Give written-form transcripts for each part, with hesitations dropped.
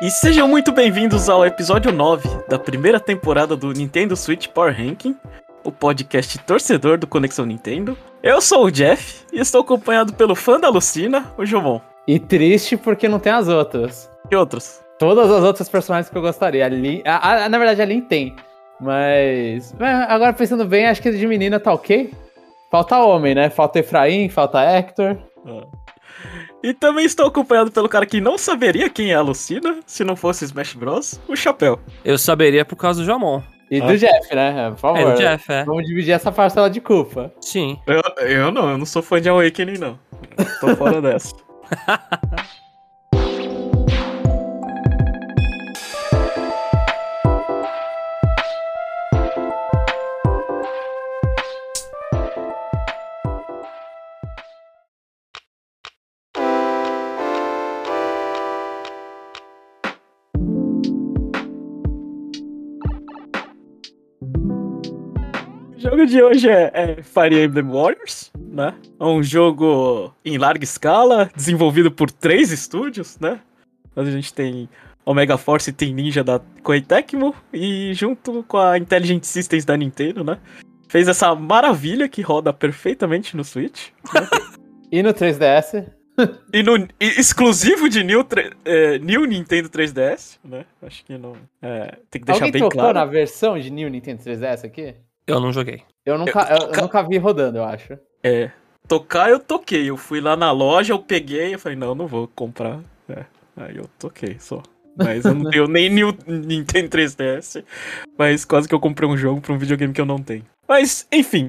E sejam muito bem-vindos ao episódio 9 da primeira temporada do Nintendo Switch Power Ranking, o podcast torcedor do Conexão Nintendo. Eu sou o Jeff e estou acompanhado pelo fã da Lucina, o Jomon. E triste porque não tem as outras. E outros? Todas as outras personagens que eu gostaria. Na verdade, a Lin tem. Mas agora pensando bem, acho que de menina tá ok. Falta homem, né? Falta Efraim, falta Hector. E também estou acompanhado pelo cara que não saberia quem é a Lucina, se não fosse Smash Bros, o Chapéu. Eu saberia por causa do Jomon. E do Jeff, né? Por favor. É, do Jeff, é. Vamos dividir essa parcela de culpa. Sim. Eu não sou fã de Awakening, não. Tô fora dessa. O jogo de hoje é Fire Emblem Warriors, né? É um jogo em larga escala, desenvolvido por 3 estúdios, né? A gente tem Omega Force e tem Ninja da Koei Tecmo, e junto com a Intelligent Systems da Nintendo, né? Fez essa maravilha que roda perfeitamente no Switch. Né? E no 3DS? Exclusivo de New Nintendo 3DS, né? Acho que não. Tem que deixar Alguém bem tocou claro. na versão de New Nintendo 3DS aqui? Eu não joguei. Eu nunca vi rodando, eu acho. Tocar eu toquei. Eu fui lá na loja, eu peguei, eu falei, não vou comprar. Aí eu toquei só. Mas eu não tenho nem Nintendo 3DS. Mas quase que eu comprei um jogo pra um videogame que eu não tenho. Mas, enfim.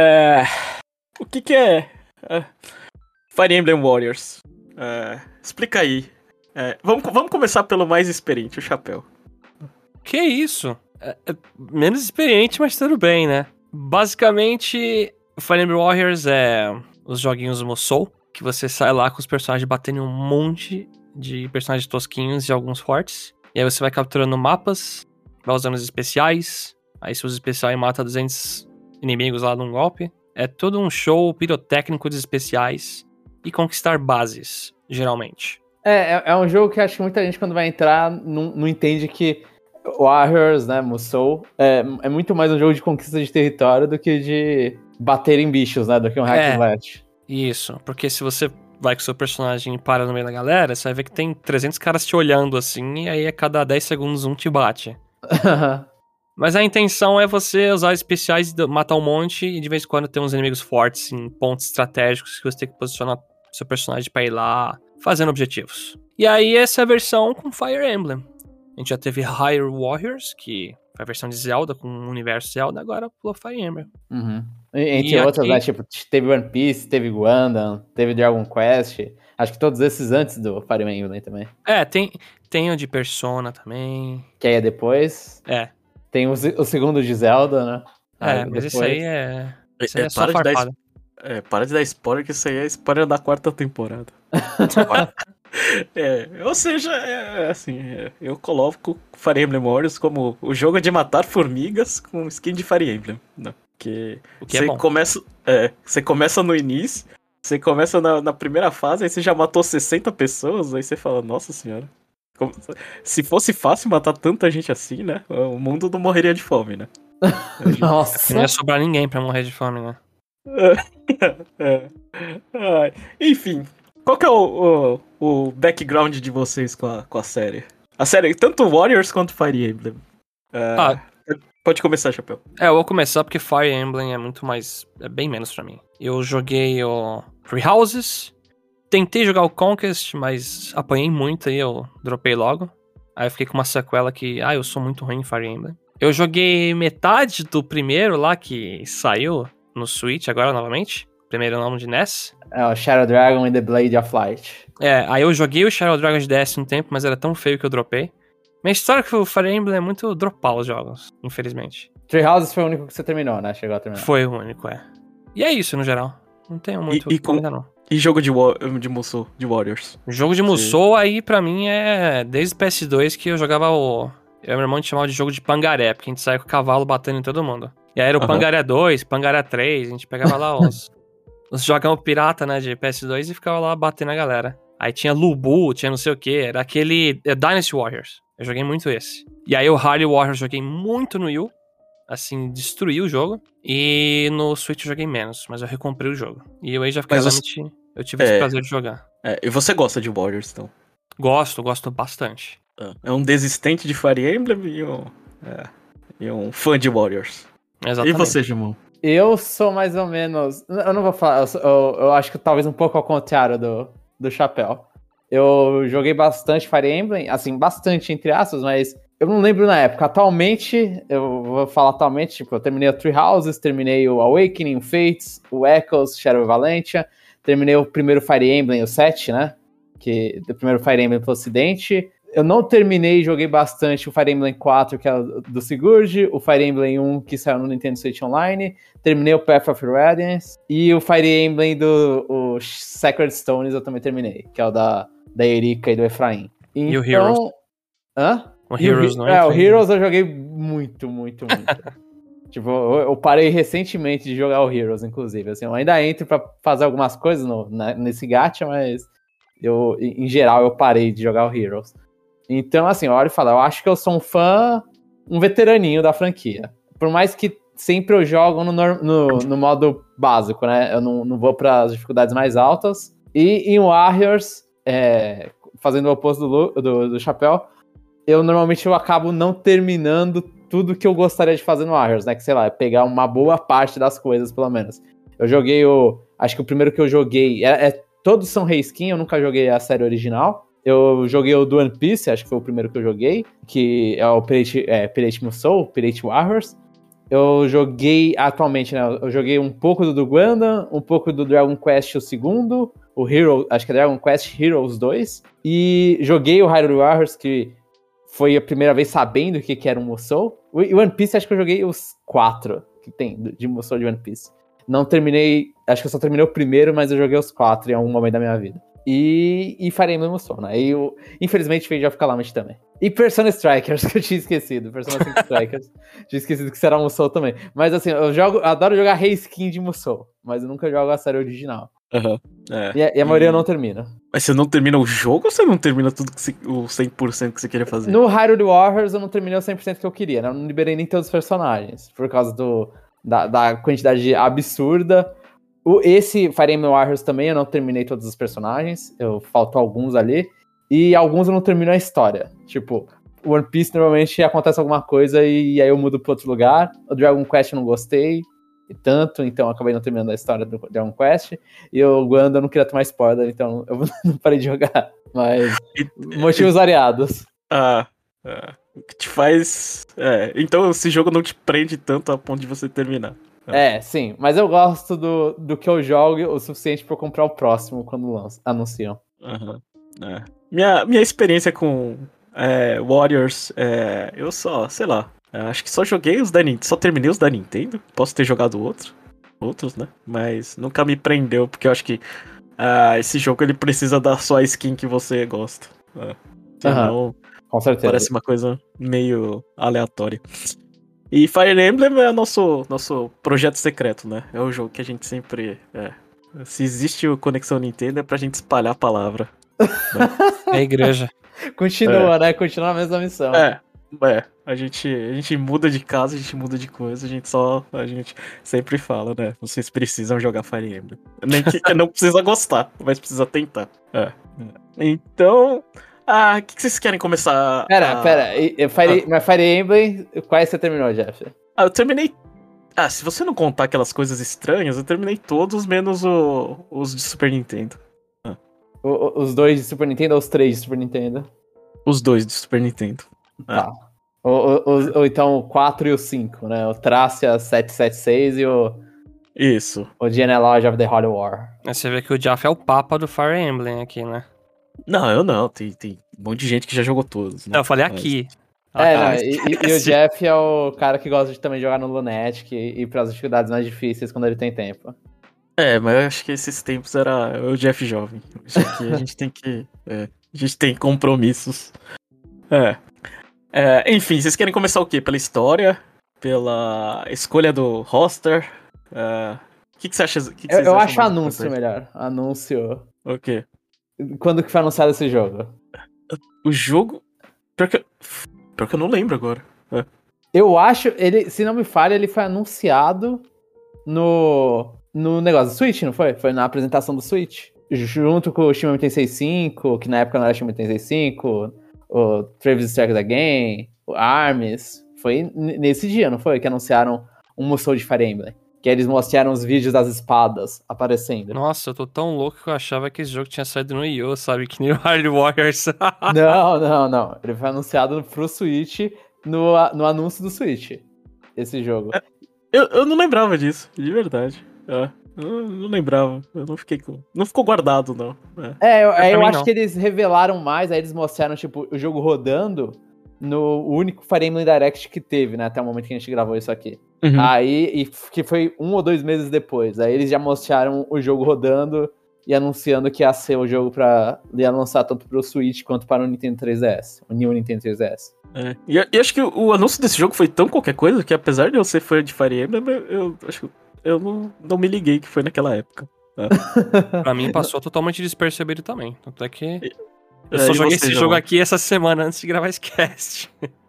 O que é Fire Emblem Warriors? Explica aí. Vamos começar pelo mais experiente, o Chapéu. Que isso? Menos experiente, mas tudo bem, né? Basicamente, Fire Emblem Warriors é os joguinhos Musou, que você sai lá com os personagens batendo em um monte de personagens tosquinhos e alguns fortes. E aí você vai capturando mapas, vai usando os especiais. Aí se usa especial e mata 200 inimigos lá num golpe. É todo um show pirotécnico de especiais e conquistar bases, geralmente. É um jogo que acho que muita gente quando vai entrar não entende que Warriors, né, Musou, é muito mais um jogo de conquista de território do que de bater em bichos, né, do que um hack and slash. Isso, porque se você vai com o seu personagem e para no meio da galera, você vai ver que tem 300 caras te olhando assim, e aí a cada 10 segundos um te bate. Mas a intenção é você usar especiais, matar um monte, e de vez em quando ter uns inimigos fortes em pontos estratégicos que você tem que posicionar seu personagem pra ir lá, fazendo objetivos. E aí essa é a versão com Fire Emblem. A gente já teve Hyrule Warriors, que foi a versão de Zelda com o universo Zelda, agora pulou Fire Emblem. Uhum. Entre outras, né, tipo, teve One Piece, teve Gundam, teve Dragon Quest, acho que todos esses antes do Fire Emblem também. Tem o de Persona também. Que aí é depois. Tem o segundo de Zelda, né? Mas esse aí é só farpada. Para de dar spoiler, que isso aí é spoiler da 4ª temporada. Ou seja, eu coloco Fire Emblem Warriors como o jogo de matar formigas com skin de Fire Emblem, né? Porque você começa no início, você começa na primeira fase, aí você já matou 60 pessoas, aí você fala, nossa senhora, se fosse fácil matar tanta gente assim, né? O mundo não morreria de fome, né? Nossa! Não ia sobrar ninguém pra morrer de fome, né? Enfim, qual que é o background de vocês com a série? A série, tanto Warriors quanto Fire Emblem. Pode começar, Chapéu. Eu vou começar porque Fire Emblem é bem menos pra mim. Eu joguei o Three Houses, tentei jogar o Conquest, mas apanhei muito e eu dropei logo. Aí eu fiquei com uma sequela que, eu sou muito ruim em Fire Emblem. Eu joguei metade do primeiro lá que saiu no Switch agora novamente. Primeiro nome de NES. O Shadow Dragon and the Blade of Light. Aí eu joguei o Shadow Dragon de DS um tempo, mas era tão feio que eu dropei. Minha história com o Fire Emblem é muito dropar os jogos, infelizmente. Three Houses foi o único que você terminou, né? Chegou a terminar. Foi o único, E é isso, no geral. Não tenho muito ainda não. E jogo de Musou, de Warriors? Jogo de Musou, aí pra mim é desde o PS2 que eu jogava Eu e meu irmão chamava de jogo de pangaré, porque a gente saía com o cavalo batendo em todo mundo. E aí era o Pangaré 2, Pangaré 3, a gente pegava lá os jogão pirata, né, de PS2 e ficava lá batendo a galera. Aí tinha Lubu, tinha não sei o que. Era aquele Dynasty Warriors. Eu joguei muito esse. E aí o Hardy Warriors joguei muito no Wii. Assim, destruí o jogo. E no Switch eu joguei menos, mas eu recomprei o jogo. E o Age of Calamity eu tive esse prazer de jogar. E você gosta de Warriors, então? Gosto bastante. É um desistente de Fire Emblem e um fã de Warriors. Exatamente. E você, Gilmão? Eu sou mais ou menos... Eu não vou falar... Eu acho que talvez um pouco ao contrário do Chapéu. Eu joguei bastante Fire Emblem, assim, bastante entre aspas, mas eu não lembro na época. Atualmente, eu vou falar atualmente, tipo, eu terminei o Three Houses, terminei o Awakening, o Fates, o Echoes, Shadow of Valentia, terminei o primeiro Fire Emblem, o 7, né? O primeiro Fire Emblem pro Ocidente. Eu não terminei, joguei bastante o Fire Emblem 4, que é do Sigurd, o Fire Emblem 1, que saiu no Nintendo Switch Online, terminei o Path of Radiance, e o Fire Emblem do Sacred Stones eu também terminei, que é o da Erika e do Efraim. Então... E o Heroes? Hã? O Heroes, não é? O Heroes eu joguei muito. Tipo, eu parei recentemente de jogar o Heroes, inclusive. Assim, eu ainda entro pra fazer algumas coisas nesse gacha, mas em geral, eu parei de jogar o Heroes. Então, assim, eu olho e falo, eu acho que eu sou um veteraninho da franquia. Por mais que sempre eu jogo no modo básico, né? Eu não vou para as dificuldades mais altas. E em Warriors, fazendo o oposto do Chapéu, eu normalmente acabo não terminando tudo que eu gostaria de fazer no Warriors, né? Que, sei lá, é pegar uma boa parte das coisas, pelo menos. Eu joguei acho que o primeiro que eu joguei... todos são reskin, eu nunca joguei a série original. Eu joguei o do One Piece, acho que foi o primeiro que eu joguei, que é o Pirate Musou, Pirate Warriors. Eu joguei atualmente, né? Eu joguei um pouco do Gundam, um pouco do Dragon Quest o segundo, o Hero, acho que é Dragon Quest Heroes 2, e joguei o Hyrule Warriors, que foi a primeira vez sabendo o que era um Musou. O One Piece, acho que eu joguei os 4 que tem de Musou de One Piece. Não terminei, acho que eu só terminei o primeiro, mas eu joguei os 4 em algum momento da minha vida. E Fire Emblem Musou, né? E infelizmente Fade of Calamity também. E Persona Strikers, que eu tinha esquecido. Persona 5 Strikers. Tinha esquecido que será Musou também. Mas assim, eu adoro jogar reskin de Musou, mas eu nunca jogo a série original. Uhum. E a maioria eu não termina. Mas você não termina o jogo ou você não termina tudo o 100% que você queria fazer? No Hyrule Warriors eu não terminei o 100% que eu queria, né? Eu não liberei nem todos os personagens, por causa da quantidade absurda. Esse Fire Emblem Warriors também eu não terminei todos os personagens, faltam alguns ali, e alguns eu não termino a história. Tipo, o One Piece normalmente acontece alguma coisa e aí eu mudo pra outro lugar. O Dragon Quest eu não gostei tanto, então eu acabei não terminando a história do Dragon Quest. E o Gundam eu não queria tomar spoiler, então eu não parei de jogar. Mas motivos variados. O que te faz... então esse jogo não te prende tanto a ponto de você terminar. Sim, mas eu gosto do que eu jogo o suficiente pra eu comprar o próximo quando anunciam. Uhum. Minha experiência com Warriors, eu sei lá, acho que só joguei os da Nintendo, só terminei os da Nintendo, posso ter jogado outros, né, mas nunca me prendeu, porque eu acho que esse jogo ele precisa da sua skin que você gosta, senão com certeza. Parece uma coisa meio aleatória. E Fire Emblem é o nosso projeto secreto, né? É o jogo que a gente sempre... Se existe o Conexão Nintendo é pra gente espalhar a palavra. Né? É a igreja. Continua, né? Continua a mesma missão. A gente muda de casa, a gente muda de coisa, a gente sempre fala, né? Vocês precisam jogar Fire Emblem. Nem que não precisa gostar, mas precisa tentar. Então... o que vocês querem começar? Pera. Mas Fire Emblem, quais você terminou, Jeff? Eu terminei... se você não contar aquelas coisas estranhas, eu terminei todos, menos os de Super Nintendo. Os 2 de Super Nintendo ou os 3 de Super Nintendo? Os 2 de Super Nintendo. Tá. Ou então o 4 e o 5, né? O Thracia 776 e o... Isso. O Genealogy of the Holy War. Você vê que o Jeff é o papa do Fire Emblem aqui, né? Não, eu não. Tem um monte de gente que já jogou todos. Né? Não, eu falei aqui. E o Jeff é o cara que gosta de também jogar no Lunatic e ir pras dificuldades mais difíceis quando ele tem tempo. Mas eu acho que esses tempos era o Jeff jovem. Acho que a gente tem que... a gente tem compromissos. Enfim, vocês querem começar o quê? Pela história? Pela escolha do roster? O que você acha? Eu acho anúncio melhor. Anúncio. O quê? Quando que foi anunciado esse jogo? O jogo... Pior que eu não lembro agora. Eu acho, se não me falha, ele foi anunciado no negócio do Switch, não foi? Foi na apresentação do Switch. Junto com o Shin Megami Tensei 5, que na época não era Shin Megami Tensei 5, o Travis Strikes Again, o ARMS. Foi nesse dia, não foi? Que anunciaram um Musou de Fire Emblem. Que eles mostraram os vídeos das espadas aparecendo. Nossa, eu tô tão louco que eu achava que esse jogo tinha saído no Wii, sabe? Que nem o Hard Warriors. Não. Ele foi anunciado pro Switch no anúncio do Switch. Esse jogo. Eu não lembrava disso, de verdade. Eu não lembrava. Eu não fiquei com... Não ficou guardado, não. Eu acho que eles revelaram mais, aí eles mostraram, tipo, o jogo rodando no único Fire Emblem Direct que teve, né? Até o momento que a gente gravou isso aqui. Uhum. Aí, que foi 1 ou 2 meses depois. Aí eles já mostraram o jogo rodando e anunciando que ia ser o jogo ia lançar tanto pro Switch quanto para o Nintendo 3DS. O New Nintendo 3DS. E acho que o anúncio desse jogo foi tão qualquer coisa que, apesar de eu ser fã de Fire Emblem, eu acho que eu não me liguei que foi naquela época. Pra mim passou totalmente despercebido também. Tanto é que eu só joguei esse jogo aqui essa semana antes de gravar esse cast.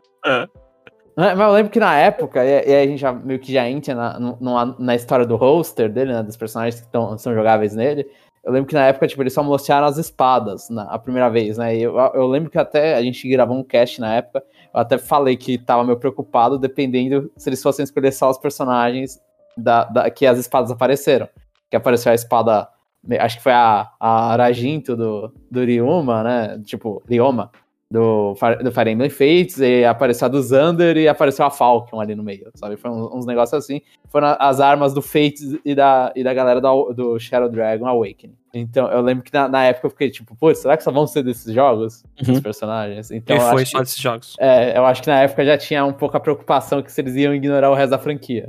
Mas eu lembro que na época, e a gente meio que já entra na história do roster dele, né, dos personagens que são jogáveis nele. Eu lembro que na época, tipo, eles só mostraram as espadas a primeira vez, né? E eu lembro que até a gente gravou um cast na época, eu até falei que tava meio preocupado, dependendo se eles fossem escolher só os personagens que as espadas apareceram. Que apareceu a espada, acho que foi a Arajinto do Ryoma, né? Tipo, Ryoma, do Fire Emblem Fates, e apareceu a do Xander e apareceu a Falcon ali no meio, sabe? Foi uns negócios assim. Foram as armas do Fates e da galera do Shadow Dragon Awakening. Então, eu lembro que na época eu fiquei tipo, pô, será que só vão ser desses jogos? Esses personagens? Então, foi só desses jogos. Eu acho que na época já tinha um pouco a preocupação que se eles iam ignorar o resto da franquia.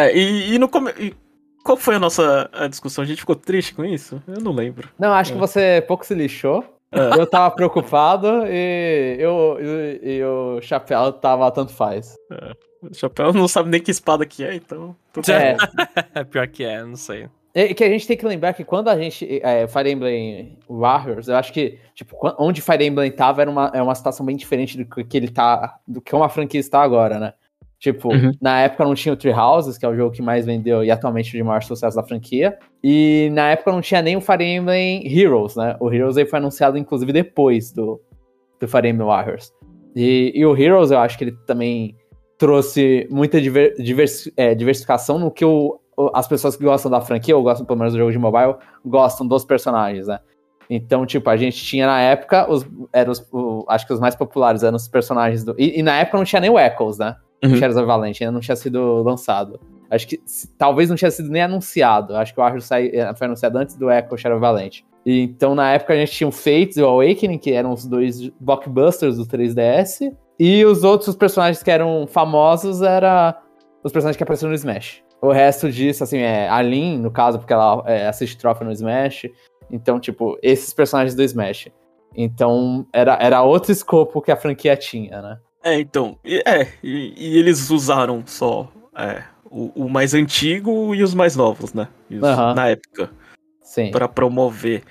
Qual foi a nossa discussão? A gente ficou triste com isso? Eu não lembro. Não, acho que você pouco se lixou. Eu tava preocupado e o Chapéu tava tanto faz. O Chapéu não sabe nem que espada que é, então... Pior que não sei. E que a gente tem que lembrar que quando a gente... Fire Emblem Warriors, eu acho que, tipo, onde Fire Emblem tava era uma situação bem diferente do que uma franquia está agora, né? Tipo, na época não tinha o Three Houses, que é o jogo que mais vendeu e atualmente é de maior sucesso da franquia. E na época não tinha nem o Fire Emblem Heroes, né? O Heroes aí foi anunciado, inclusive, depois do Fire Emblem Warriors. E o Heroes, eu acho que ele também trouxe muita diversificação no que as pessoas que gostam da franquia, ou gostam pelo menos do jogo de mobile, gostam dos personagens, né? Então, tipo, a gente tinha na época, acho que os mais populares eram os personagens e na época não tinha nem o Echoes, né? Shadows of Valente, ainda não tinha sido lançado. Acho que talvez não tinha sido nem anunciado. Acho que o Warriors foi anunciado antes do Echo Shadow of Valente. E, então, na época, a gente tinha o Fates e o Awakening, que eram os dois blockbusters do 3DS. E os outros personagens que eram famosos eram os personagens que apareceram no Smash. O resto disso, assim, a Lin, no caso, porque ela assiste Trophy no Smash. Então, tipo, esses personagens do Smash. Então, era outro escopo que a franquia tinha, né? Então, e eles usaram só o mais antigo e os mais novos, né? Na época. Sim. Pra promover.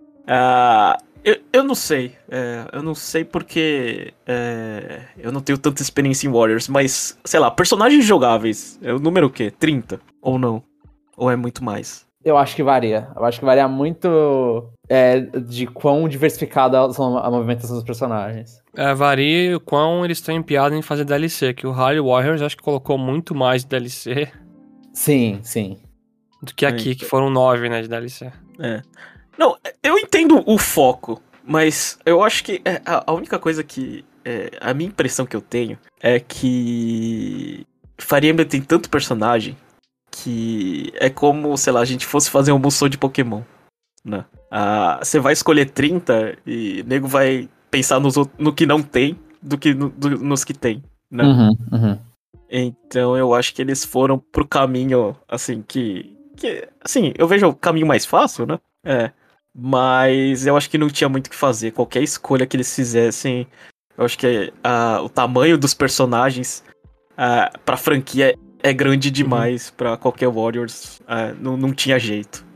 Eu não sei. Eu não sei porque eu não tenho tanta experiência em Warriors, mas, sei lá, personagens jogáveis, é o número o quê? 30? Ou não? Ou é muito mais? Eu acho que varia. Eu acho que varia muito de quão diversificada são a movimentação dos personagens. Varia o quão eles estão empenhados em fazer DLC, que o Hard Warriors acho que colocou muito mais de DLC. Sim, sim. Do que aqui, que foram 9, né, de DLC. Não, eu entendo o foco, mas eu acho que a única coisa que... a minha impressão que eu tenho é que Fire Emblem tem tanto personagem que é como, sei lá, a gente fosse fazer um Musou de Pokémon, né? Você vai escolher 30 e o nego vai pensar no que não tem do que nos que tem, né? Então eu acho que eles foram pro caminho, assim, que assim, eu vejo o caminho mais fácil, né? Mas eu acho que não tinha muito o que fazer. Qualquer escolha que eles fizessem, eu acho que o tamanho dos personagens pra franquia é grande demais pra qualquer Warriors. Não tinha jeito.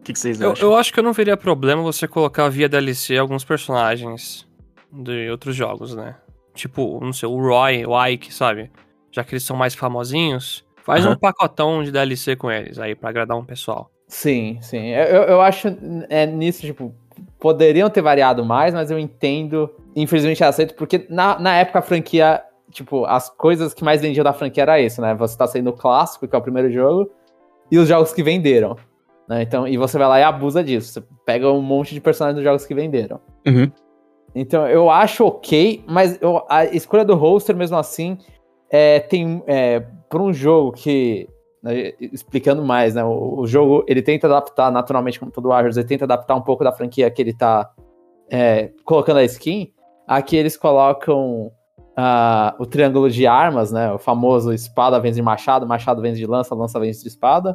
que vocês acham? Eu acho que eu não veria problema você colocar via DLC alguns personagens de outros jogos, né? Tipo, não sei, o Roy, o Ike, sabe? Já que eles são mais famosinhos, faz um pacotão de DLC com eles aí pra agradar um pessoal. Sim. Eu acho nisso, tipo, poderiam ter variado mais, mas eu entendo, infelizmente aceito, porque na época a franquia, tipo, as coisas que mais vendiam da franquia era isso, né? Você tá saindo o clássico, que é o primeiro jogo, e os jogos que venderam, né? Então, e você vai lá e abusa disso. Você pega um monte de personagens dos jogos que venderam. Então, eu acho ok, mas a escolha do roster, mesmo assim, tem por um jogo que, né, explicando mais, né, o jogo, ele tenta adaptar naturalmente, como todo Warriors, ele tenta adaptar um pouco da franquia que ele tá colocando a skin. Aqui eles colocam o triângulo de armas, né, o famoso espada vence de machado, machado vence de lança, lança vence de espada,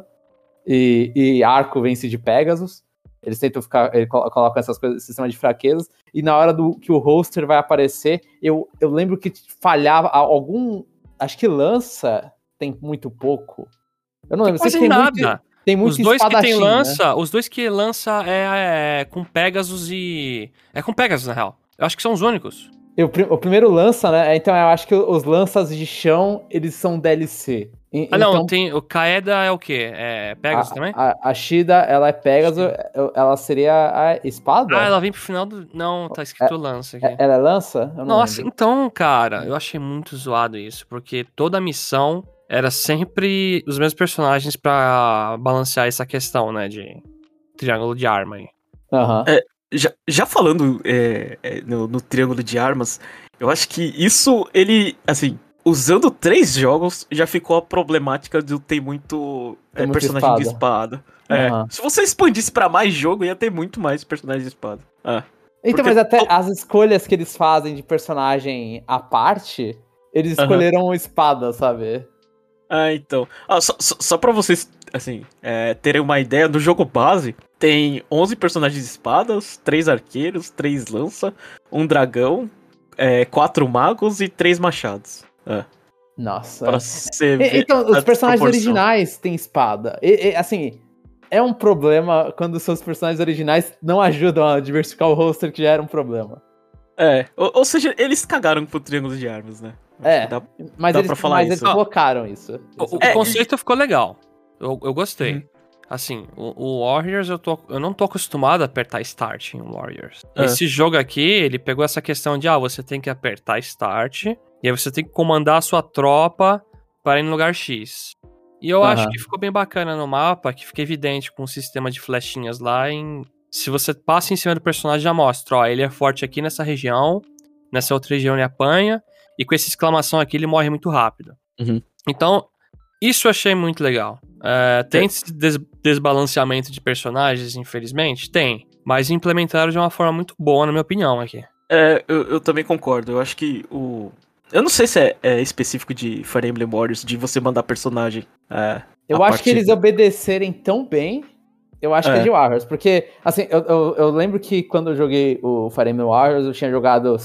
e arco vence de Pegasus. Eles tentam colocam essas coisas, sistema de fraquezas, e na hora que o roster vai aparecer, eu lembro que falhava acho que lança tem muito pouco. Eu não lembro. Quase tem nada. Tem muito os dois que tem lança, né? Os dois que lança com Pegasus e... É com Pegasus, na real. Eu acho que são os únicos. O primeiro lança, né? Então eu acho que os lanças de chão, eles são DLC. Não, tem o Kaeda é o quê? É Pegasus também? A Shida, ela é Pegasus, ela seria a espada? Ela vem pro final do... Não, tá escrito lança aqui. Ela é lança? Nossa, então, cara, eu achei muito zoado isso, porque toda a missão era sempre os mesmos personagens pra balancear essa questão, né, de triângulo de arma aí. Já falando no triângulo de armas, eu acho que isso, ele, assim, usando 3 jogos, já ficou a problemática de ter muito personagem de espada. Se você expandisse pra mais jogo, ia ter muito mais personagens de espada. Então, mas até as escolhas que eles fazem de personagem à parte, eles escolheram espada, sabe? Então. Só pra vocês, assim, terem uma ideia, no jogo base, tem 11 personagens de espadas, 3 arqueiros, 3 lança, 1 dragão, 4 magos e 3 machados. Nossa. Pra você ver então, os personagens proporção. originais têm espada. Assim, é um problema quando os seus personagens originais não ajudam a diversificar o roster, que já era um problema. Ou seja, eles cagaram pro triângulo de armas, né? Mas eles colocaram isso. O conceito ficou legal. Eu gostei. Assim, o Warriors, eu não tô acostumado a apertar Start em Warriors. Esse jogo aqui, ele pegou essa questão de, você tem que apertar Start, e aí você tem que comandar a sua tropa para ir no lugar X. E eu acho que ficou bem bacana no mapa, que fica evidente com o sistema de flechinhas lá. Se você passa em cima do personagem, já mostra, ele é forte aqui nessa região, nessa outra região ele apanha, e com essa exclamação aqui ele morre muito rápido. Então, isso eu achei muito legal. Tem esse desbalanceamento de personagens, infelizmente? Tem. Mas implementaram de uma forma muito boa, na minha opinião, aqui. Eu também concordo. Eu acho que eu não sei se é específico de Fire Emblem Warriors, de você mandar personagem. Eu acho que eles obedecerem tão bem, eu acho que é de Warriors. Porque, assim, eu lembro que quando eu joguei o Fire Emblem Warriors, eu tinha jogado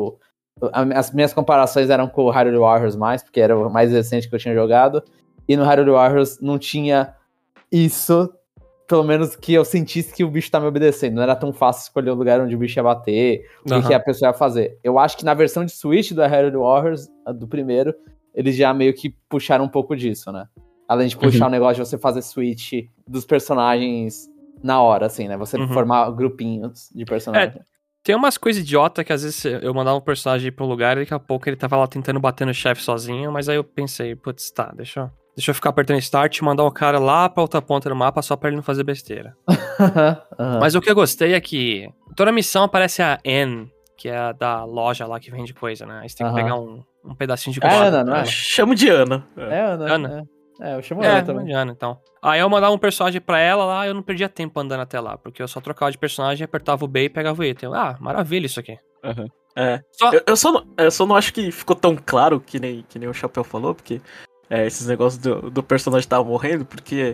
as minhas comparações eram com o Hyrule Warriors porque era o mais recente que eu tinha jogado. E no Hyrule Warriors não tinha isso, pelo menos que eu sentisse que o bicho tá me obedecendo. Não era tão fácil escolher o lugar onde o bicho ia bater, o que a pessoa ia fazer. Eu acho que na versão de Switch do Hyrule Warriors, do primeiro, eles já meio que puxaram um pouco disso, né? Além de puxar o negócio de você fazer switch dos personagens na hora, assim, né? Você formar grupinhos de personagens. Tem umas coisas idiota que às vezes eu mandava um personagem pra um lugar e daqui a pouco ele tava lá tentando bater no chefe sozinho, mas aí eu pensei, putz, tá, deixa eu ficar apertando Start e mandar o cara lá pra outra ponta do mapa só pra ele não fazer besteira. Mas o que eu gostei é que toda missão aparece a Anne, que é a da loja lá que vende coisa, né? Aí você tem que pegar um pedacinho de guarda. Ana, não é? Chamo de Ana. Ana. Eu chamo ela também. De Ana, então. Aí eu mandava um personagem pra ela lá, eu não perdia tempo andando até lá, porque eu só trocava de personagem, apertava o B e pegava o item. Maravilha isso aqui. Eu só não acho que ficou tão claro que nem o Chapéu falou, porque esses negócios do personagem tava morrendo, porque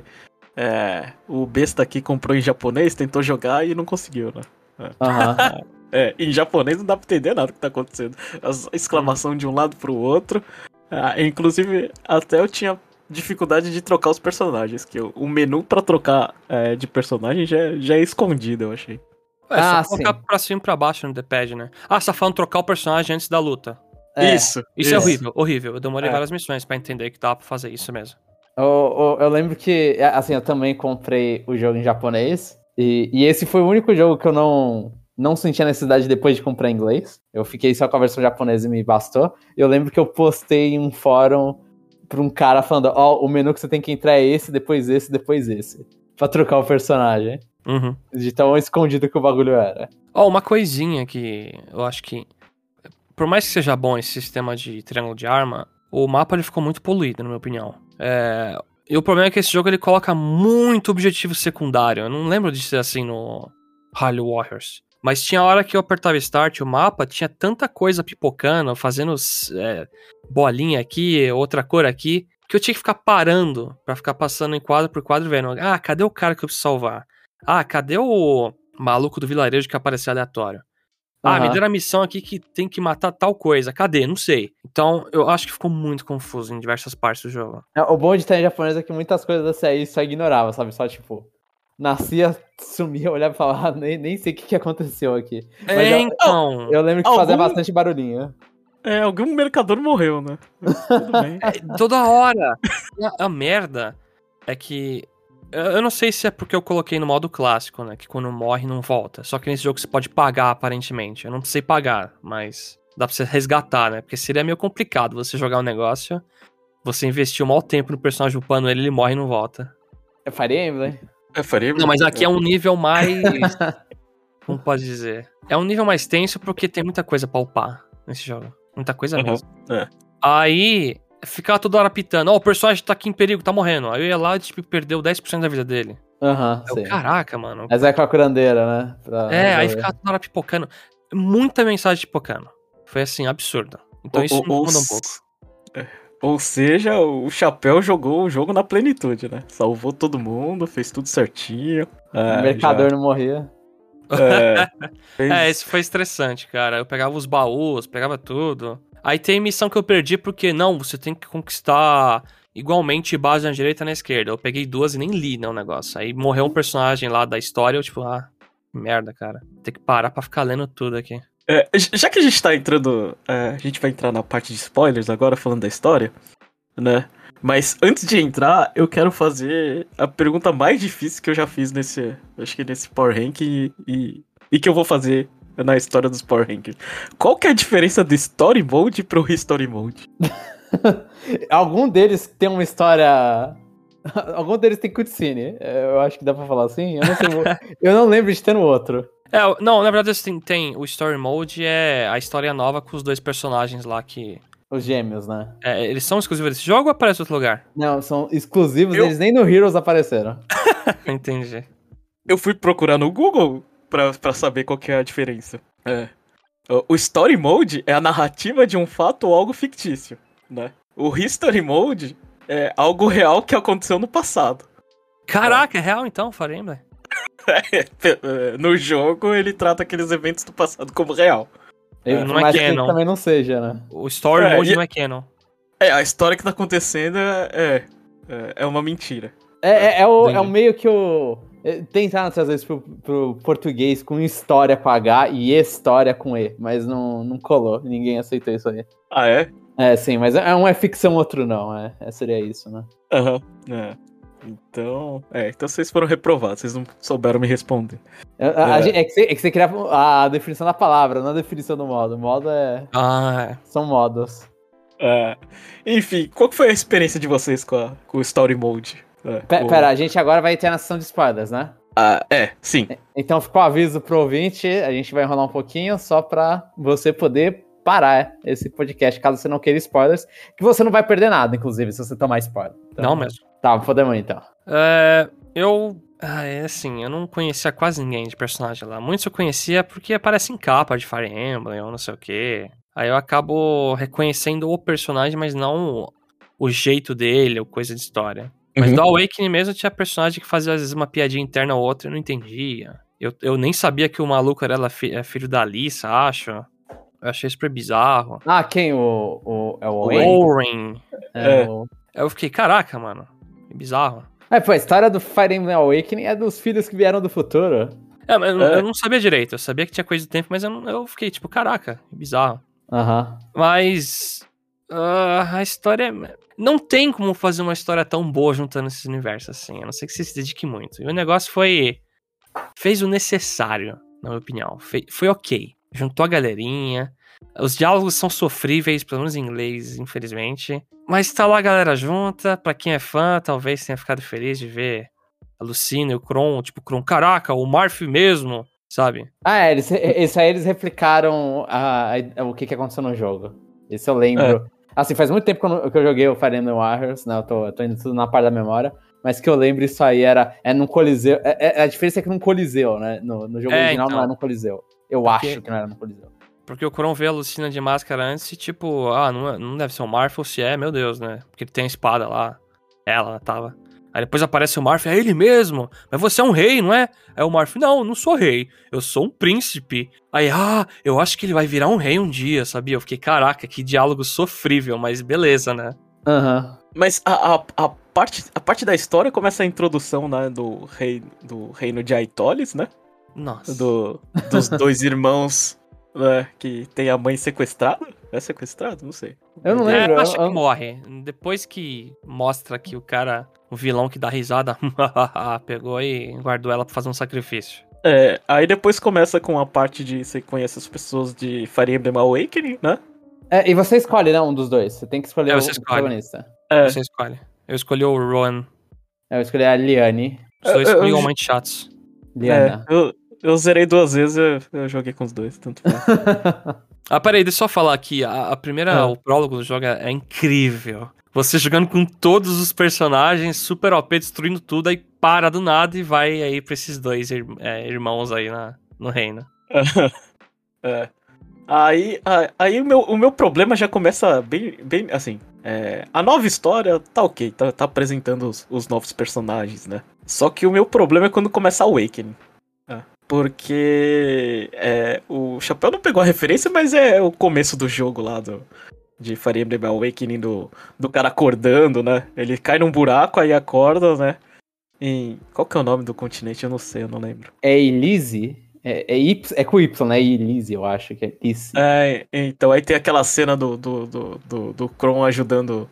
o besta aqui comprou em japonês, tentou jogar e não conseguiu, né? Em japonês não dá pra entender nada que tá acontecendo. A exclamação de um lado pro outro. Inclusive, até eu tinha dificuldade de trocar os personagens, que o menu pra trocar de personagem já é escondido, eu achei. Só colocar pra cima e pra baixo no D-pad, né? Você tá falando trocar o personagem antes da luta. Isso é horrível. Eu demorei várias missões pra entender que dava pra fazer isso mesmo. Eu lembro que, assim, eu também comprei o jogo em japonês, e esse foi o único jogo que eu não senti a necessidade depois de comprar em inglês. Eu fiquei só com a versão japonesa e me bastou. Eu lembro que eu postei em um fórum pra um cara falando, o menu que você tem que entrar é esse, depois esse, depois esse. Pra trocar o personagem. Uhum. De tão escondido que o bagulho era. Uma coisinha que eu acho que, por mais que seja bom esse sistema de triângulo de arma, o mapa ele ficou muito poluído, na minha opinião. E o problema é que esse jogo ele coloca muito objetivo secundário. Eu não lembro de ser assim no Halo Warriors. Mas tinha hora que eu apertava Start, o mapa tinha tanta coisa pipocando, fazendo bolinha aqui, outra cor aqui, que eu tinha que ficar parando pra ficar passando em quadro por quadro vendo. Cadê o cara que eu preciso salvar? Cadê o maluco do vilarejo que apareceu aleatório? Me deram a missão aqui que tem que matar tal coisa. Cadê? Não sei. Então, eu acho que ficou muito confuso em diversas partes do jogo. O bom de estar em japonês é que muitas coisas da CI só ignorava, sabe? Só, tipo, nascia, sumia, olhava e falava, nem sei o que aconteceu aqui. Mas então... Eu lembro que fazia bastante barulhinho. Algum mercador morreu, né? Tudo bem. Toda hora. A merda é que... Eu não sei se é porque eu coloquei no modo clássico, né? Que quando morre não volta. Só que nesse jogo você pode pagar, aparentemente. Eu não precisei pagar, mas dá pra você resgatar, né? Porque seria meio complicado você jogar um negócio, você investir um maior tempo no personagem upando ele morre e não volta. É Fire Emblem? É Fire Emblem? Não, mas aqui é um nível mais... Como pode dizer? É um nível mais tenso porque tem muita coisa pra upar nesse jogo. Muita coisa mesmo. Aí... Ficava toda hora pitando, o personagem tá aqui em perigo, tá morrendo. Aí eu ia lá e tipo, perdeu 10% da vida dele. Sim. Caraca, mano. Mas com a curandeira, né? Aí ficava toda hora pipocando. Muita mensagem pipocando. Foi assim, absurdo. Então isso me incomodou um pouco. Ou seja, o Chapéu jogou o jogo na plenitude, né? Salvou todo mundo, fez tudo certinho. O mercador não morria. Isso foi estressante, cara. Eu pegava os baús, pegava tudo. Aí tem missão que eu perdi porque, não, você tem que conquistar igualmente base na direita e na esquerda. Eu peguei duas e nem li, né, o negócio. Aí morreu um personagem lá da história, eu tipo, merda, cara. Tem que parar pra ficar lendo tudo aqui. Já que a gente tá entrando... a gente vai entrar na parte de spoilers agora, falando da história, né? Mas antes de entrar, eu quero fazer a pergunta mais difícil que eu já fiz nesse Power Ranking e que eu vou fazer na história dos Power Rankings. Qual que é a diferença do Story Mode pro History Mode? Algum deles tem uma história... Algum deles tem cutscene. Eu acho que dá pra falar assim. Eu não sei. Eu não lembro de ter no outro. Não, na verdade tem o Story Mode é a história nova com os dois personagens lá que... Os gêmeos, né? Eles são exclusivos desse jogo ou aparecem em outro lugar? Não, são exclusivos, eles nem no Heroes apareceram. Entendi. Eu fui procurar no Google pra saber qual que é a diferença. O Story Mode é a narrativa de um fato ou algo fictício, né? O History Mode é algo real que aconteceu no passado. Caraca, é real então, Fire Emblem? No jogo, ele trata aqueles eventos do passado como real. Não é canon. Que também não seja, né? O Story Mode não é canon. A história que tá acontecendo é uma mentira. É o meio que o... Tentaram trazer isso pro português com história com H e história com E, mas não colou. Ninguém aceitou isso aí. Ah, é? Sim, mas um é ficção, outro não. Seria isso, né? Então vocês foram reprovados, vocês não souberam me responder. É que você queria a definição da palavra, não a definição do modo. O modo são modos. Enfim, qual que foi a experiência de vocês com o Story Mode? Pera, a gente agora vai ter na sessão de spoilers, né? Sim. Então ficou o aviso pro ouvinte, a gente vai enrolar um pouquinho só pra você poder parar esse podcast, caso você não queira spoilers, que você não vai perder nada, inclusive, se você tomar spoiler. Então, não mesmo. Tá, podemos então. Eu não conhecia quase ninguém de personagem lá. Muitos eu conhecia porque aparece em capa de Fire Emblem ou não sei o quê. Aí eu acabo reconhecendo o personagem, mas não o jeito dele ou coisa de história. Mas do Awakening mesmo tinha personagem que fazia às vezes uma piadinha interna ou outra e eu não entendia. Eu nem sabia que o maluco era filho da Alissa, acho. Eu achei super bizarro. Quem? É o Owen. Aí eu fiquei, caraca, mano, que bizarro. Pô, a história do Fire Emblem Awakening é dos filhos que vieram do futuro. Mas eu não sabia direito, eu sabia que tinha coisa do tempo, mas eu fiquei tipo, caraca, que bizarro. Mas a história... Não tem como fazer uma história tão boa juntando esses universos assim, a não ser que você se dedique muito. E o negócio fez o necessário, na minha opinião. Foi ok. Juntou a galerinha. Os diálogos são sofríveis, pelo menos em inglês, infelizmente. Mas tá lá a galera junta. Pra quem é fã, talvez tenha ficado feliz de ver a Lucina e o Kron. Tipo, Kron, caraca, o Marth mesmo, sabe? Isso aí eles replicaram o que aconteceu no jogo. Isso eu lembro. Assim, faz muito tempo que eu joguei o Fire Emblem Warriors, né? Eu tô indo tudo na parte da memória. Mas que eu lembro, isso aí é num coliseu. A diferença é que num coliseu, né? No jogo original então, não era num coliseu. Acho que não era num coliseu. Porque o Kron vê a Lucina de máscara antes e tipo, não deve ser o Marth, ou se é, meu Deus, né? Porque ele tem a espada lá. Ela tava. Aí depois aparece o Marth, é ele mesmo. Mas você é um rei, não é? Aí o Marth, não sou rei. Eu sou um príncipe. Aí, eu acho que ele vai virar um rei um dia, sabia? Eu fiquei, caraca, que diálogo sofrível, mas beleza, né? Mas a parte da história começa a introdução, né, do reino de Aitolis, né? Nossa. Dos dois irmãos, né, que tem a mãe sequestrada. É sequestrado? Não sei. Eu não lembro. Eu acho que morre. Depois que mostra que o vilão que dá risada, pegou e guardou ela pra fazer um sacrifício. Aí depois começa com a parte de você conhece as pessoas de Fire Emblem Awakening, né? E você escolhe, né, um dos dois. Você tem que escolher o protagonista. Você escolhe. Eu escolhi o Rowan. Eu escolhi a Liane. Os dois são igualmente chatos. Liana. Eu zerei 2 vezes, eu joguei com os dois, tanto faz. Peraí, deixa eu só falar aqui. A primeira, o prólogo do jogo é incrível. Você jogando com todos os personagens, super OP, destruindo tudo, aí para do nada e vai aí pra esses dois irmãos aí no reino. Aí o meu problema já começa bem assim. A nova história tá ok, tá apresentando os novos personagens, né? Só que o meu problema é quando começa a Awakening. Porque o Chapéu não pegou a referência, mas é o começo do jogo lá de Fire Emblem Awakening do cara acordando, né? Ele cai num buraco, aí acorda, né? Qual que é o nome do continente? Eu não sei, eu não lembro. É Elise? É com Y, né? Elise, eu acho que é isso. Então aí tem aquela cena do Kron ajudando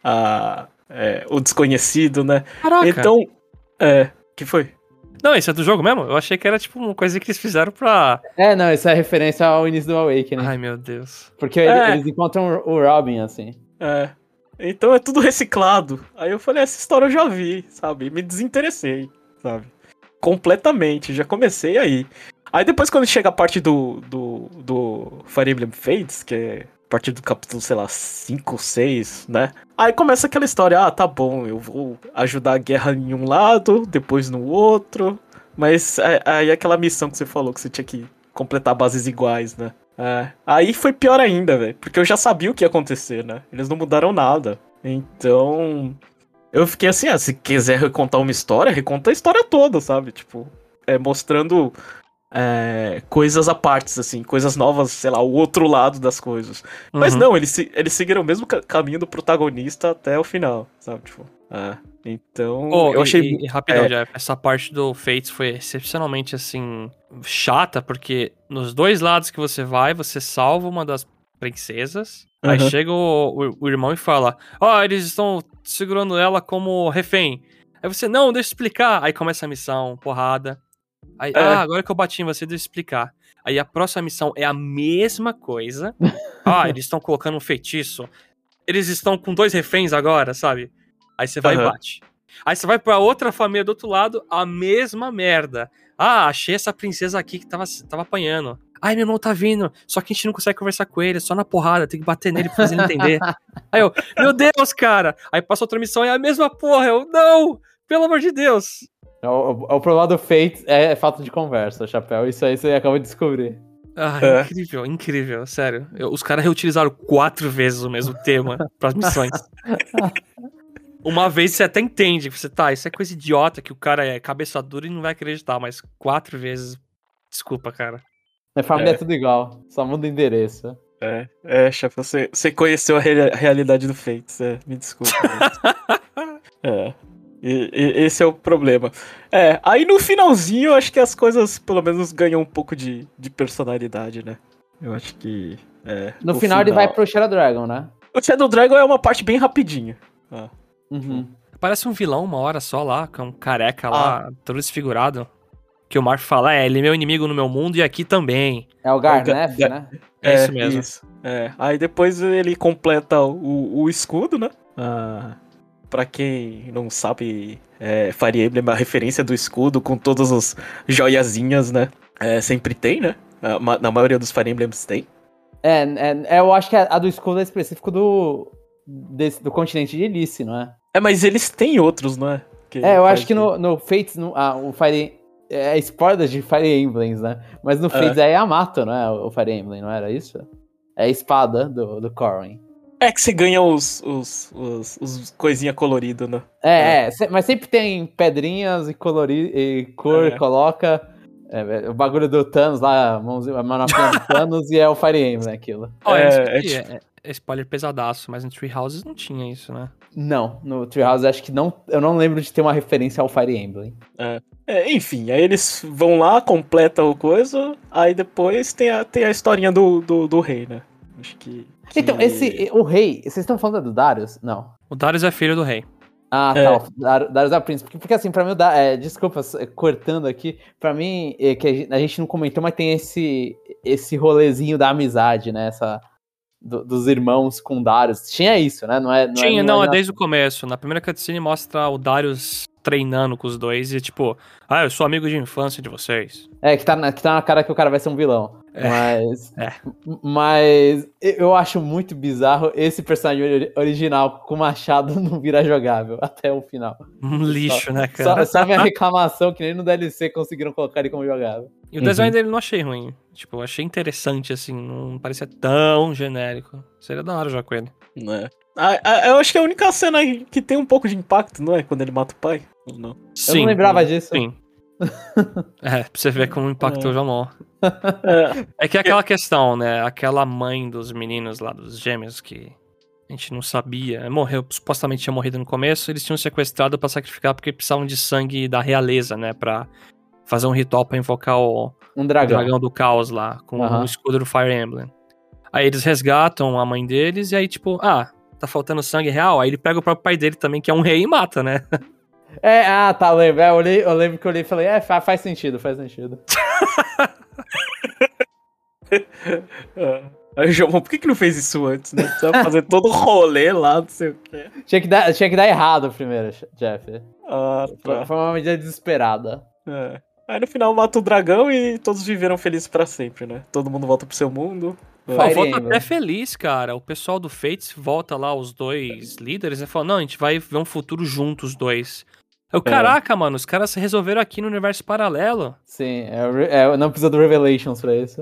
o desconhecido, né? Caraca! Então, que foi? Não, isso é do jogo mesmo? Eu achei que era tipo uma coisa que eles fizeram pra... Não, isso é referência ao início do Awakening. Ai, meu Deus. Porque eles encontram o Robin, assim. Então é tudo reciclado. Aí eu falei, essa história eu já vi, sabe? E me desinteressei, sabe? Completamente, já comecei aí. Aí depois quando chega a parte do Fire Emblem Fates, que é a partir do capítulo, sei lá, 5, 6, né? Aí começa aquela história, tá bom, eu vou ajudar a guerra em um lado, depois no outro. Mas aí aquela missão que você falou, que você tinha que completar bases iguais, né? Aí foi pior ainda, velho, porque eu já sabia o que ia acontecer, né? Eles não mudaram nada. Então, eu fiquei assim, se quiser recontar uma história, reconta a história toda, sabe? Tipo, mostrando... coisas à parte, assim, coisas novas, sei lá, o outro lado das coisas. Uhum. Mas não, eles seguiram o mesmo caminho do protagonista até o final, sabe? Tipo, então, eu achei... Rapidão, Jeff, essa parte do Fates foi excepcionalmente, assim, chata, porque nos dois lados que você vai, você salva uma das princesas, aí chega o irmão e fala, eles estão segurando ela como refém. Aí você, não, deixa eu explicar. Aí começa a missão, porrada. Aí, agora que eu bati em você, deixa eu explicar. Aí a próxima missão é a mesma coisa. Eles estão colocando um feitiço. Eles estão com 2 reféns agora, sabe? Aí você vai e bate. Aí você vai pra outra família do outro lado, a mesma merda. Achei essa princesa aqui que tava apanhando. Ai, meu irmão tá vindo. Só que a gente não consegue conversar com ele, só na porrada, tem que bater nele pra fazer ele entender. Aí eu, meu Deus, cara. Aí passa outra missão, é a mesma porra. Eu, não, pelo amor de Deus. O problema do Fate é falta de conversa, Chapéu. Isso aí você acabou de descobrir. Incrível, incrível, sério. Os caras reutilizaram 4 vezes o mesmo tema pras missões. Uma vez você até entende, você isso é coisa idiota, que o cara é cabeça dura e não vai acreditar, mas 4 vezes, desculpa, cara. Minha família é tudo igual, só muda o endereço. Chefe, você conheceu a realidade do Fates, me desculpa. Esse é o problema. Aí no finalzinho, eu acho que as coisas pelo menos ganham um pouco de personalidade, né? Eu acho que... no final ele vai pro Shadow Dragon, né? O Shadow Dragon é uma parte bem rapidinha. Uhum. Parece um vilão uma hora só lá, com um careca lá, todo desfigurado. Que o Marth fala, ele é meu inimigo no meu mundo e aqui também. É o Garneth, né? É isso mesmo. Isso. Aí depois ele completa o escudo, né? Pra quem não sabe, Fire Emblem é uma referência do escudo com todas as joiazinhas, né? Sempre tem, né? Na maioria dos Fire Emblems tem. Eu acho que a do escudo é específico do continente de Ilice, não é? Mas eles têm outros, não é? Eu acho que no Fates, o Fire é spoiler de Fire Emblems, né? Mas no Fates é Yamato, não é? O Fire Emblem, não era isso? É a espada do Corrin. Que você ganha os coisinha colorida, né? Mas sempre tem pedrinhas e cor, coloca o bagulho do Thanos lá, a manopinha do Thanos e é o Fire Emblem, aquilo. É spoiler pesadaço, mas no Tree Houses não tinha isso, né? Não, no Treehouse acho que não, eu não lembro de ter uma referência ao Fire Emblem. Enfim, aí eles vão lá, completam o coisa, aí depois tem a historinha do rei, né? Acho que... Então, o rei, vocês estão falando do Darius? Não. O Darius é filho do rei. Tá, o Darius é o príncipe. Porque assim, pra mim, desculpa, cortando aqui, pra mim, que a gente não comentou, mas tem esse rolezinho da amizade, né? Dos irmãos com Darius. Tinha isso, né? Tinha, desde o começo. Na primeira cutscene mostra o Darius treinando com os dois e tipo, eu sou amigo de infância de vocês. Que tá na cara que o cara vai ser um vilão. Mas eu acho muito bizarro esse personagem original com o machado não virar jogável até o final. Um lixo, né, cara? Só minha reclamação que nem no DLC conseguiram colocar ele como jogável. E o design dele não achei ruim. Tipo, eu achei interessante, assim, não parecia tão genérico. Seria da hora jogar com ele. Eu acho que é a única cena que tem um pouco de impacto, não é? Quando ele mata o pai? Não. Sim, eu não lembrava disso. Sim. Pra você ver como impactou o Jamon. É que é aquela questão, né? Aquela mãe dos meninos lá, dos gêmeos, que a gente não sabia. Morreu, supostamente tinha morrido no começo. Eles tinham sequestrado pra sacrificar porque precisavam de sangue da realeza, né? Pra fazer um ritual pra invocar o dragão do caos lá, com o escudo do Fire Emblem. Aí eles resgatam a mãe deles e aí tipo, tá faltando sangue real. Aí ele pega o próprio pai dele também, que é um rei, e mata, né? Tá, lembro. Eu lembro que eu olhei e falei, faz sentido. Aí o João, por que não fez isso antes, né? Precisava fazer todo o rolê lá, não sei o quê. Tinha que dar errado primeiro, Jeff. Tá. Foi uma medida desesperada. Aí no final mata o dragão e todos viveram felizes pra sempre, né? Todo mundo volta pro seu mundo. Volta até feliz, cara. O pessoal do Fates volta lá, os dois líderes, e fala, não, a gente vai ver um futuro juntos, os dois. Caraca, mano, os caras se resolveram aqui no universo paralelo. Sim, não precisa do Revelations pra isso.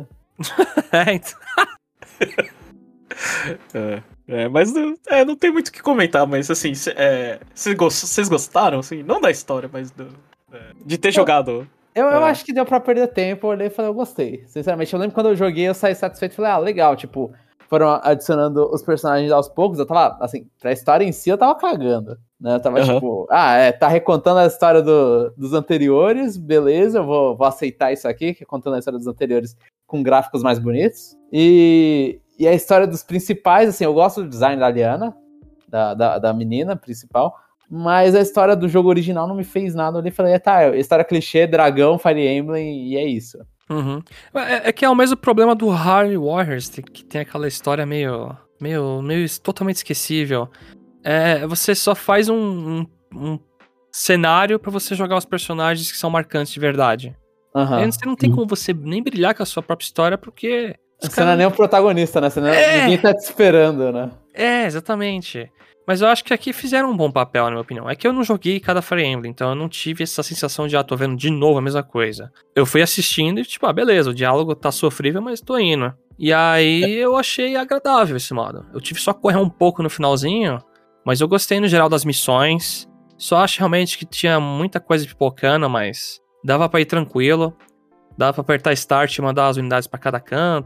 Mas não tem muito o que comentar, mas assim, vocês gostaram, assim, não da história, mas de ter jogado. Eu acho que deu pra perder tempo, eu olhei e falei, eu gostei. Sinceramente, eu lembro quando eu joguei, eu saí satisfeito e falei, legal, tipo, foram adicionando os personagens aos poucos, eu tava, assim, pra história em si eu tava cagando, né, eu tava tipo, tá recontando a história dos anteriores, beleza, eu vou aceitar isso aqui, que é contando a história dos anteriores com gráficos mais bonitos, e a história dos principais, assim, eu gosto do design da Liana, da menina principal, mas a história do jogo original não me fez nada. Eu olhei e falei, história clichê, dragão, Fire Emblem, e é isso. É que é o mesmo problema do Harry Warriors, que tem aquela história meio totalmente esquecível. Você só faz um cenário pra você jogar os personagens que são marcantes de verdade. Você não tem como você nem brilhar com a sua própria história, porque... Você não é nem o protagonista, né? Ninguém tá te esperando, né? Exatamente. Mas eu acho que aqui fizeram um bom papel, na minha opinião. É que eu não joguei cada Fire Emblem, então eu não tive essa sensação de, tô vendo de novo a mesma coisa. Eu fui assistindo e, tipo, beleza, o diálogo tá sofrível, mas tô indo. E aí eu achei agradável esse modo. Eu tive só que correr um pouco no finalzinho, mas eu gostei no geral das missões. Só acho realmente que tinha muita coisa pipocando, mas dava pra ir tranquilo. Dava pra apertar Start e mandar as unidades pra cada canto.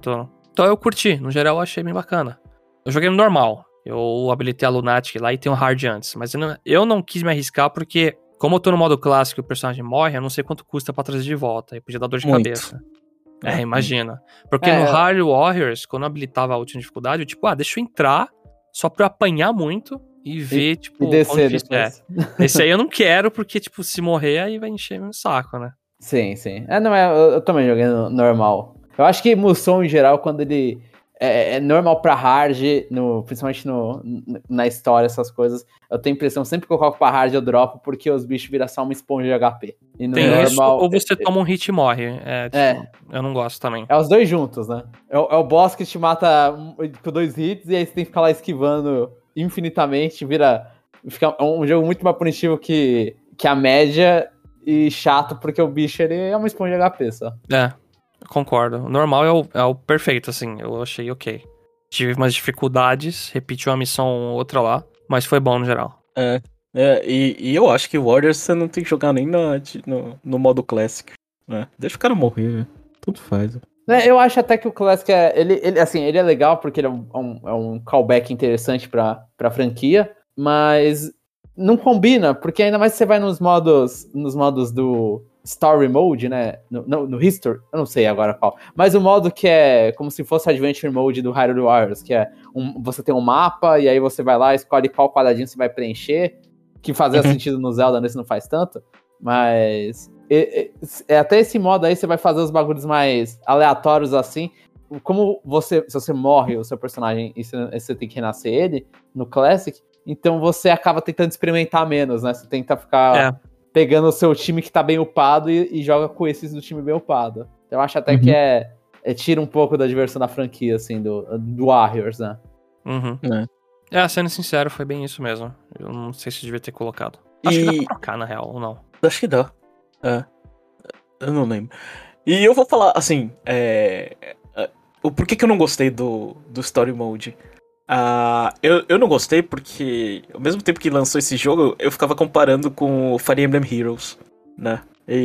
Então eu curti, no geral eu achei bem bacana. Eu joguei no normal, eu habilitei a Lunatic lá e tem um hard antes, mas eu não quis me arriscar porque, como eu tô no modo clássico e o personagem morre, eu não sei quanto custa pra trazer de volta, aí podia dar dor de Muito. cabeça. Imagina. Porque no Hard Warriors, quando eu habilitava a última dificuldade, eu tipo, deixa eu entrar só pra eu apanhar muito e ver, tipo, e descer difícil depois. Esse aí eu não quero, porque, tipo, se morrer, aí vai encher meu saco, né? Sim. Não, eu também joguei no normal. Eu acho que Musou, em geral, quando ele é normal pra hard, principalmente na história, essas coisas, eu tenho a impressão, sempre que eu coloco pra hard, eu dropo, porque os bichos viram só uma esponja de HP. E no Tem normal, isso, ou você toma um hit e morre. Eu não gosto também. É os dois juntos, né? É o boss que te mata com 2 hits, e aí você tem que ficar lá esquivando infinitamente, fica um jogo muito mais punitivo que a média, e chato, porque o bicho, ele é uma esponja de HP só. Concordo. O normal é o perfeito, assim. Eu achei ok. Tive umas dificuldades, repeti uma missão ou outra lá, mas foi bom no geral. E eu acho que o Warriors você não tem que jogar nem no modo Classic, né? Deixa o cara morrer, né? Tudo faz. Eu acho até que o Classic ele é legal porque ele é um callback interessante pra franquia, mas não combina, porque ainda mais se você vai nos modos do Story Mode, né? No History, eu não sei agora qual, mas o modo que é como se fosse Adventure Mode do Hyrule Warriors, que é você tem um mapa e aí você vai lá, escolhe qual quadradinho você vai preencher, que fazia sentido no Zelda, nesse não faz tanto, mas até esse modo aí você vai fazer os bagulhos mais aleatórios assim. Como se você morre o seu personagem e você tem que renascer ele no Classic, então você acaba tentando experimentar menos, né? Você tenta ficar pegando o seu time que tá bem upado e joga com esses do time bem upado. Então eu acho até que tira um pouco da diversão da franquia, assim, do Warriors, né? Sendo sincero, foi bem isso mesmo. Eu não sei se devia ter colocado. Acho que dá pra trocar, na real, ou não? Acho que dá. Eu não lembro. E eu vou falar, assim, o porquê que eu não gostei do Story Mode. Eu não gostei porque, ao mesmo tempo que lançou esse jogo, eu ficava comparando com o Fire Emblem Heroes, né?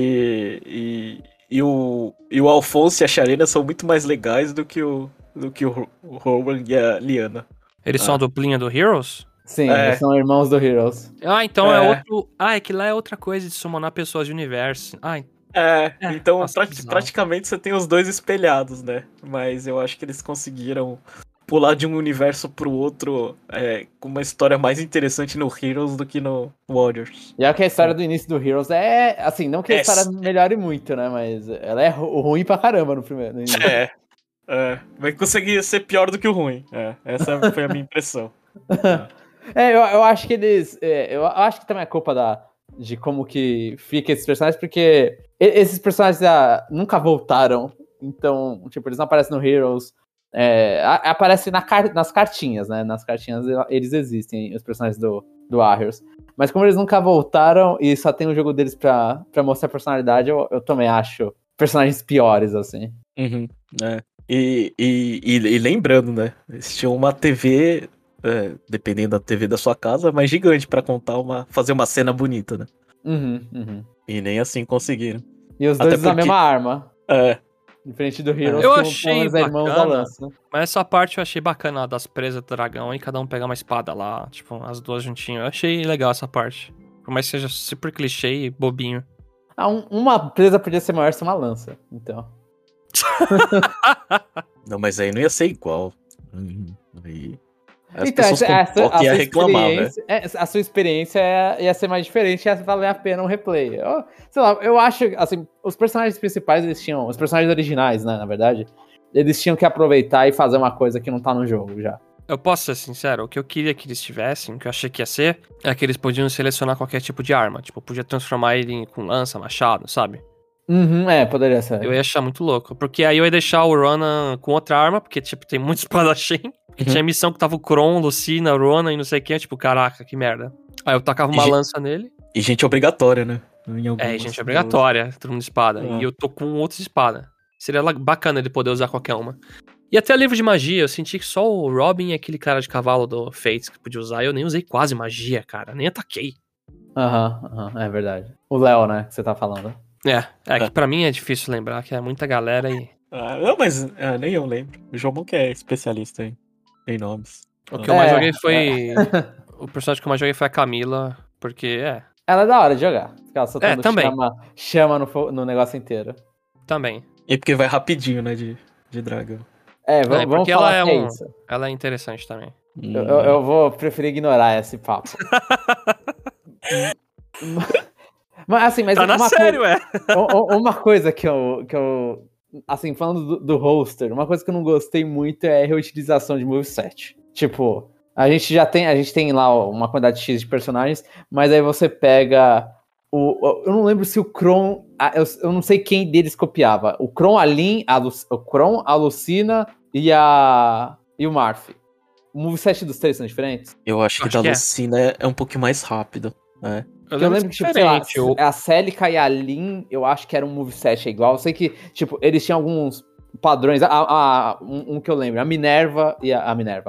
E o Alphonse e a Sharena são muito mais legais do que o Rowan e a Liana. Eles são a duplinha do Heroes? Sim, eles são irmãos do Heroes. Então é outro... é que lá é outra coisa de summonar pessoas de universo. Então praticamente você tem os dois espelhados, né? Mas eu acho que eles conseguiram pular de um universo pro outro com uma história mais interessante no Heroes do que no Warriors. E é que a história do início do Heroes assim, não que a história melhore muito, né? Mas ela é ruim pra caramba no início. Vai conseguir ser pior do que o ruim. Essa foi a minha impressão. Eu acho que eles... eu acho que também é culpa de como que fica esses personagens, porque esses personagens nunca voltaram. Então, tipo, eles não aparecem no Heroes. Aparecem nas cartinhas, né? Nas cartinhas eles existem, os personagens do Warriors. Mas como eles nunca voltaram e só tem o jogo deles pra mostrar a personalidade, eu também acho personagens piores, assim. E lembrando, né? Eles tinham uma TV... dependendo da TV da sua casa, mas gigante pra fazer uma cena bonita, né? E nem assim conseguiram. E os dois usam a mesma arma. Diferente do Heroes, eu que achei os irmãos da lança. Mas essa parte eu achei bacana, das presas do dragão, e cada um pegar uma espada lá, tipo, as duas juntinhas. Eu achei legal essa parte. Por mais que seja super clichê e bobinho. Uma presa podia ser maior se uma lança, então. Não, mas aí não ia ser igual. Aí... As então, pessoas com ia reclamar, né? A sua experiência ia ser mais diferente, ia valer a pena um replay. Sei lá, eu acho, assim, os personagens principais, os personagens originais, né, na verdade, eles tinham que aproveitar e fazer uma coisa que não tá no jogo já. Eu posso ser sincero, o que eu queria que eles tivessem, o que eu achei que ia ser, é que eles podiam selecionar qualquer tipo de arma. Tipo, podia transformar ele com lança, machado, sabe? Poderia ser. Eu ia achar muito louco. Porque aí eu ia deixar o Ronan com outra arma, porque, tipo, tem muito espadachim. Porque tinha missão que tava o Kron, Lucina, Ronan e não sei quem. Tipo, caraca, que merda. Aí eu tacava uma lança nele. E gente obrigatória, né? Gente obrigatória, todo mundo de espada. E eu tô com outras espadas. Seria bacana ele poder usar qualquer uma. E até livro de magia, eu senti que só o Robin e aquele cara de cavalo do Fates que podia usar. Eu nem usei quase magia, cara. Nem ataquei. É verdade. O Léo, né, que você tá falando. Que pra mim é difícil lembrar, que é muita galera e Não, mas nem eu lembro. O Jomon que é especialista em nomes. O que eu mais joguei foi... O personagem que eu mais joguei foi a Camila, porque Ela é da hora de jogar. Ela soltando também. chama no negócio inteiro. Também. E porque vai rapidinho, né, de dragão. Vamos falar que é isso. Ela é interessante também. Eu vou preferir ignorar esse papo. Mas assim, tá na sério, uma coisa que eu assim, falando do roster, uma coisa que eu não gostei muito é a reutilização de moveset. Tipo, a gente tem lá uma quantidade X de personagens, mas aí você pega eu não lembro se o Kron, eu não sei quem deles copiava. O Kron, a Lucina e o Marth. O moveset dos três são diferentes? Eu acho que da Lucina é um pouquinho mais rápido, né? Eu lembro que, tipo, sei lá, a Celica e a Lin, eu acho que era um moveset igual. Eu sei que, tipo, eles tinham alguns padrões. Um que eu lembro, a Minerva e a Minerva.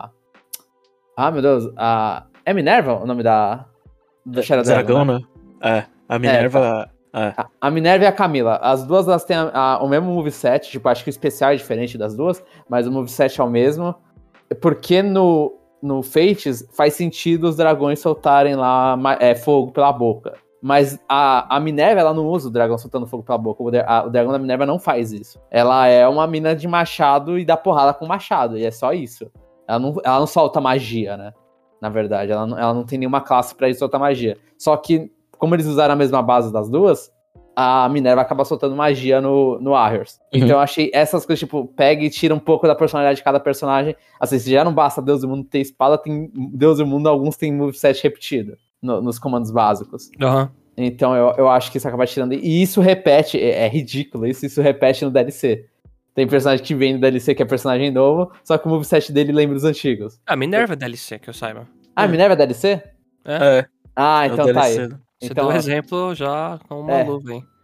Meu Deus. É Minerva o nome da Shadow Dragão, né? A Minerva... A Minerva e a Camila. As duas, elas têm o mesmo moveset. Tipo, acho que o especial é diferente das duas, mas o moveset é o mesmo. Porque no Fates faz sentido os dragões soltarem lá fogo pela boca. Mas a Minerva, ela não usa o dragão soltando fogo pela boca. O dragão da Minerva não faz isso. Ela é uma mina de machado e dá porrada com machado. E é só isso. Ela não solta magia, né? Na verdade, ela não tem nenhuma classe pra ir soltar magia. Só que, como eles usaram a mesma base das duas, a Minerva acaba soltando magia no Ahers. Então eu achei essas coisas, tipo, pega e tira um pouco da personalidade de cada personagem. Assim, se já não basta Deus e o Mundo ter espada, tem Deus e o Mundo, alguns tem moveset repetido nos comandos básicos. Então eu acho que isso acaba tirando. E isso repete, é ridículo, isso repete no DLC. Tem personagem que vem no DLC que é personagem novo, só que o moveset dele lembra os antigos. A Minerva é DLC, que eu saiba. A Minerva é DLC? Então tá aí. Você deu um exemplo já com uma luva, hein?